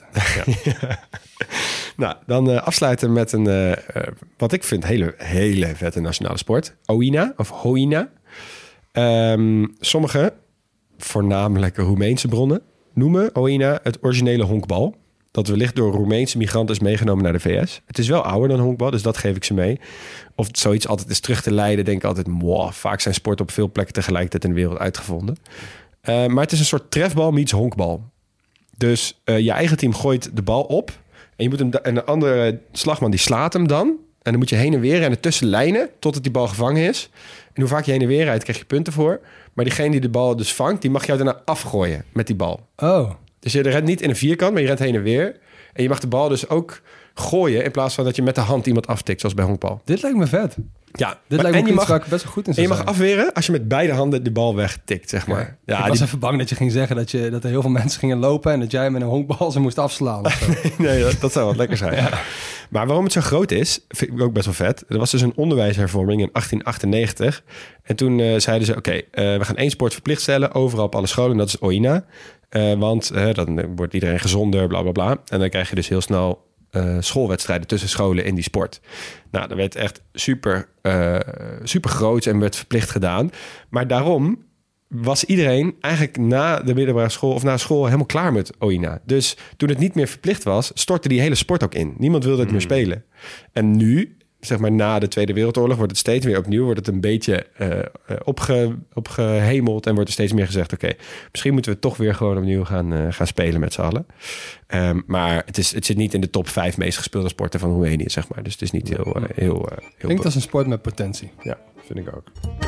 Nou, dan afsluiten met een, wat ik vind, hele vette nationale sport. Oina, of Hoina. Sommige, voornamelijk Roemeense bronnen, noemen Oina het originele honkbal. Dat wellicht door Roemeense migranten is meegenomen naar de VS. Het is wel ouder dan honkbal, dus dat geef ik ze mee. Of zoiets altijd is terug te leiden, denk ik altijd, vaak zijn sporten op veel plekken tegelijkertijd in de wereld uitgevonden. Maar het is een soort trefbal meets honkbal. Dus je eigen team gooit de bal op en je moet hem en een andere slagman die slaat hem dan. En dan moet je heen en weer rennen tussen lijnen totdat die bal gevangen is. En hoe vaak je heen en weer rijdt, krijg je punten voor. Maar diegene die de bal dus vangt, die mag jou daarna afgooien met die bal. Oh. Dus je rent niet in een vierkant, maar je rent heen en weer. En je mag de bal dus ook gooien in plaats van dat je met de hand iemand aftikt, zoals bij honkbal. Dit lijkt me vet. Ja, Dit lijkt me iets waar ik best wel goed in en je zou mag zijn. afweren als je met beide handen de bal wegtikt, zeg maar. Ja, ik was even bang dat je ging zeggen dat er heel veel mensen gingen lopen en dat jij met een honkbal ze moest afslaan. Of zo. Nee, dat zou wat lekker zijn. Ja. Maar waarom het zo groot is, vind ik ook best wel vet. Er was dus een onderwijshervorming in 1898. En toen zeiden ze, oké, we gaan 1 sport verplicht stellen overal op alle scholen. En dat is Oina. Want dan wordt iedereen gezonder, bla bla bla. En dan krijg je dus heel snel schoolwedstrijden tussen scholen in die sport. Nou, dat werd echt super groot en werd verplicht gedaan. Maar daarom was iedereen eigenlijk na de middelbare school of na school helemaal klaar met Oina. Dus toen het niet meer verplicht was, stortte die hele sport ook in. Niemand wilde het meer spelen. En nu, zeg maar na de Tweede Wereldoorlog, wordt het steeds weer opnieuw, wordt het een beetje opgehemeld en wordt er steeds meer gezegd, oké, misschien moeten we toch weer gewoon opnieuw gaan spelen met z'n allen. Maar het zit niet in de top 5 meest gespeelde sporten van Roemenië, zeg maar. Dus het is niet heel Klinkt als een sport met potentie. Ja, vind ik ook.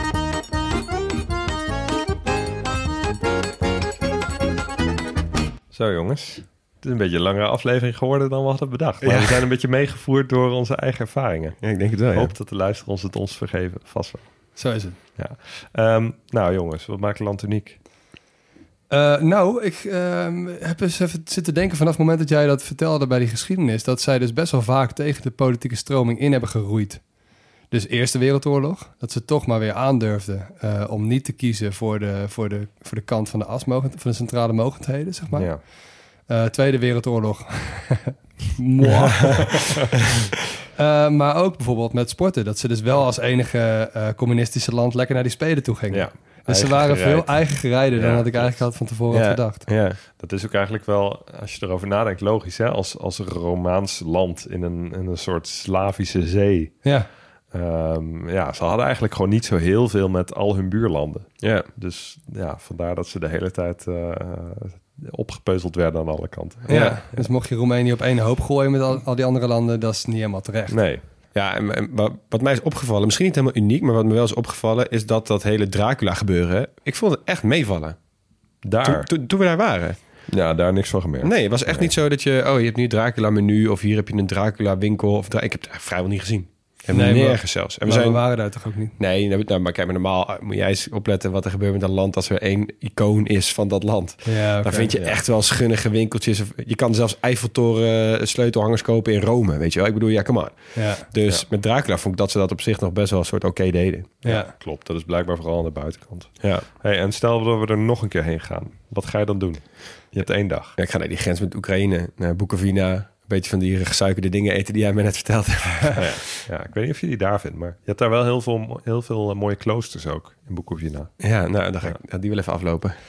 Zo jongens, het is een beetje een langere aflevering geworden dan we hadden bedacht. Maar we zijn een beetje meegevoerd door onze eigen ervaringen. Ja, ik denk het wel, Ik hoop dat de luisteraars het ons vergeven, vast wel. Zo is het. Ja. Nou jongens, wat maakt land uniek? Ik heb eens even zitten denken vanaf het moment dat jij dat vertelde bij die geschiedenis, dat zij dus best wel vaak tegen de politieke stroming in hebben geroeid. Dus Eerste Wereldoorlog, dat ze toch maar weer aandurfden om niet te kiezen voor de kant van van de centrale mogendheden, zeg maar. Ja. Tweede Wereldoorlog. Maar ook bijvoorbeeld met sporten, dat ze dus wel als enige communistische land lekker naar die Spelen toe gingen. Ja. Dus ze waren veel eigen gerijden dan wat ik eigenlijk had van tevoren had gedacht. Ja, dat is ook eigenlijk wel, als je erover nadenkt, logisch, hè? Als een Romaans land in een soort Slavische zee. Ja. Ze hadden eigenlijk gewoon niet zo heel veel met al hun buurlanden. Ja. Dus vandaar dat ze de hele tijd opgepeuzeld werden aan alle kanten. Ja. Dus mocht je Roemenië op één hoop gooien met al die andere landen, dat is niet helemaal terecht. Nee. Ja, en wat mij is opgevallen, misschien niet helemaal uniek, maar wat me wel is opgevallen, is dat hele Dracula gebeuren, ik vond het echt meevallen. Toen we daar waren. Ja, daar niks van gemerkt. Nee, het was echt niet zo dat je hebt nu Dracula menu of hier heb je een Dracula winkel. Ik heb het vrijwel niet gezien. Nergens zelfs. En we waren daar toch ook niet? Nee, maar kijk, maar normaal moet jij eens opletten wat er gebeurt met een land als er één icoon is van dat land. Ja, dan vind je echt wel schunnige winkeltjes. Je kan zelfs Eiffeltoren sleutelhangers kopen in Rome, weet je wel. Ik bedoel, come on. Ja. Dus met Dracula vond ik dat ze dat op zich nog best wel een soort oké deden. Ja, klopt. Dat is blijkbaar vooral aan de buitenkant. Ja. Hey, en stel dat we er nog een keer heen gaan. Wat ga je dan doen? Je hebt 1 dag. Ja, ik ga naar die grens met Oekraïne, naar Bukovina. Een beetje van die gesuikerde dingen eten die jij me net verteld hebt. Ja, ik weet niet of je die daar vindt, maar je hebt daar wel heel veel mooie kloosters ook in Bukovina. Ja, nou, dan ga ik die wel even aflopen.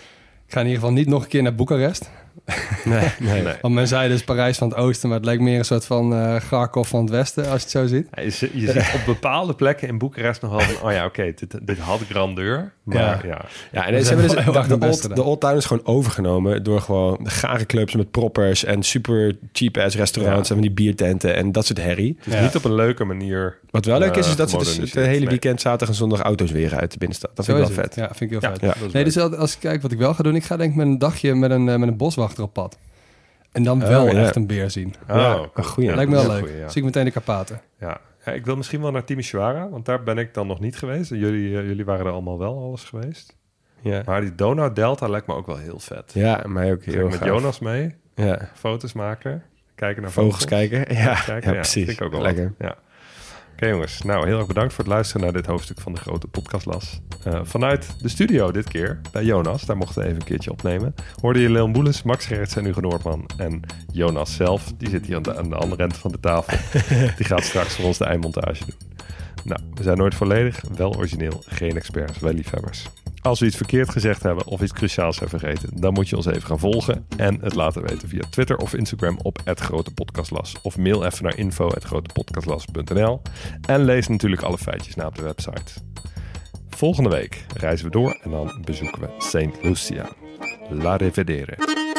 Ik ga in ieder geval niet nog een keer naar Boekarest. Nee. Want men zei dus Parijs van het oosten, maar het lijkt meer een soort van Garkov van het westen, als je het zo ziet. Ja, je ziet op bepaalde plekken in Boekarest nog wel van... oké, dit had grandeur. Maar Ja, en ze hebben dus heel erg de beste de dan. Old Town is gewoon overgenomen door gewoon de gare clubs met proppers en super cheap-ass restaurants en van die biertenten en dat soort herrie. Dus niet op een leuke manier. Wat wel leuk is dat ze dus het gemoderniseerd. hele Nee. weekend zaterdag en zondag auto's weren uit de binnenstad. Dat Zo vind ik is wel het. vet. Ja, vind ik heel vet. Ja. Dat is Nee, leuk. dus als ik kijk wat ik wel ga doen, ik ga denk ik met een dagje met een boswachter op pad. En dan wel ja. echt een beer zien. Ja, cool. een goeie. Lijkt me wel dat is leuk. een goeie, ja. Zie ik meteen de Karpaten. Ja, ik wil misschien wel naar Timișoara, want daar ben ik dan nog niet geweest. Jullie waren er allemaal wel alles geweest. Ja. Maar die Donau-delta lijkt me ook wel heel vet. Ja, mij ook Ga ik heel met gaaf. Jonas mee, Ja. foto's maken, kijken naar Vogels kijken. Ja, Kijken, precies. Vind ik ook wel lekker. wat. Ja. Oké, jongens, nou heel erg bedankt voor het luisteren naar dit hoofdstuk van de Grote Podcastlas. Vanuit de studio dit keer, bij Jonas, daar mochten we even een keertje opnemen. Hoorde je Leon Boelis, Max Gerrits en Hugo Noordman. En Jonas zelf, die zit hier aan de andere kant van de tafel. Die gaat straks voor ons de eindmontage doen. Nou, we zijn nooit volledig, wel origineel, geen experts, wel liefhebbers. Als we iets verkeerd gezegd hebben of iets cruciaals zijn vergeten, dan moet je ons even gaan volgen en het laten weten via Twitter of Instagram op @grotepodcastlas of mail even naar info@grotepodcastlas.nl en lees natuurlijk alle feitjes na op de website. Volgende week reizen we door en dan bezoeken we St. Lucia. La rivedere.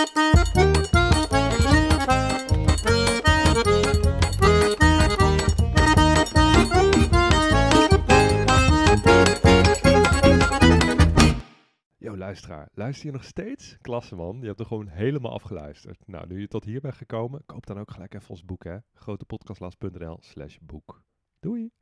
Yo, luisteraar, luister je nog steeds? Klasse man, je hebt er gewoon helemaal afgeluisterd. Nou, nu je tot hier bent gekomen, koop dan ook gelijk even ons boek, hè. grotepodcastlas.nl/boek. Doei!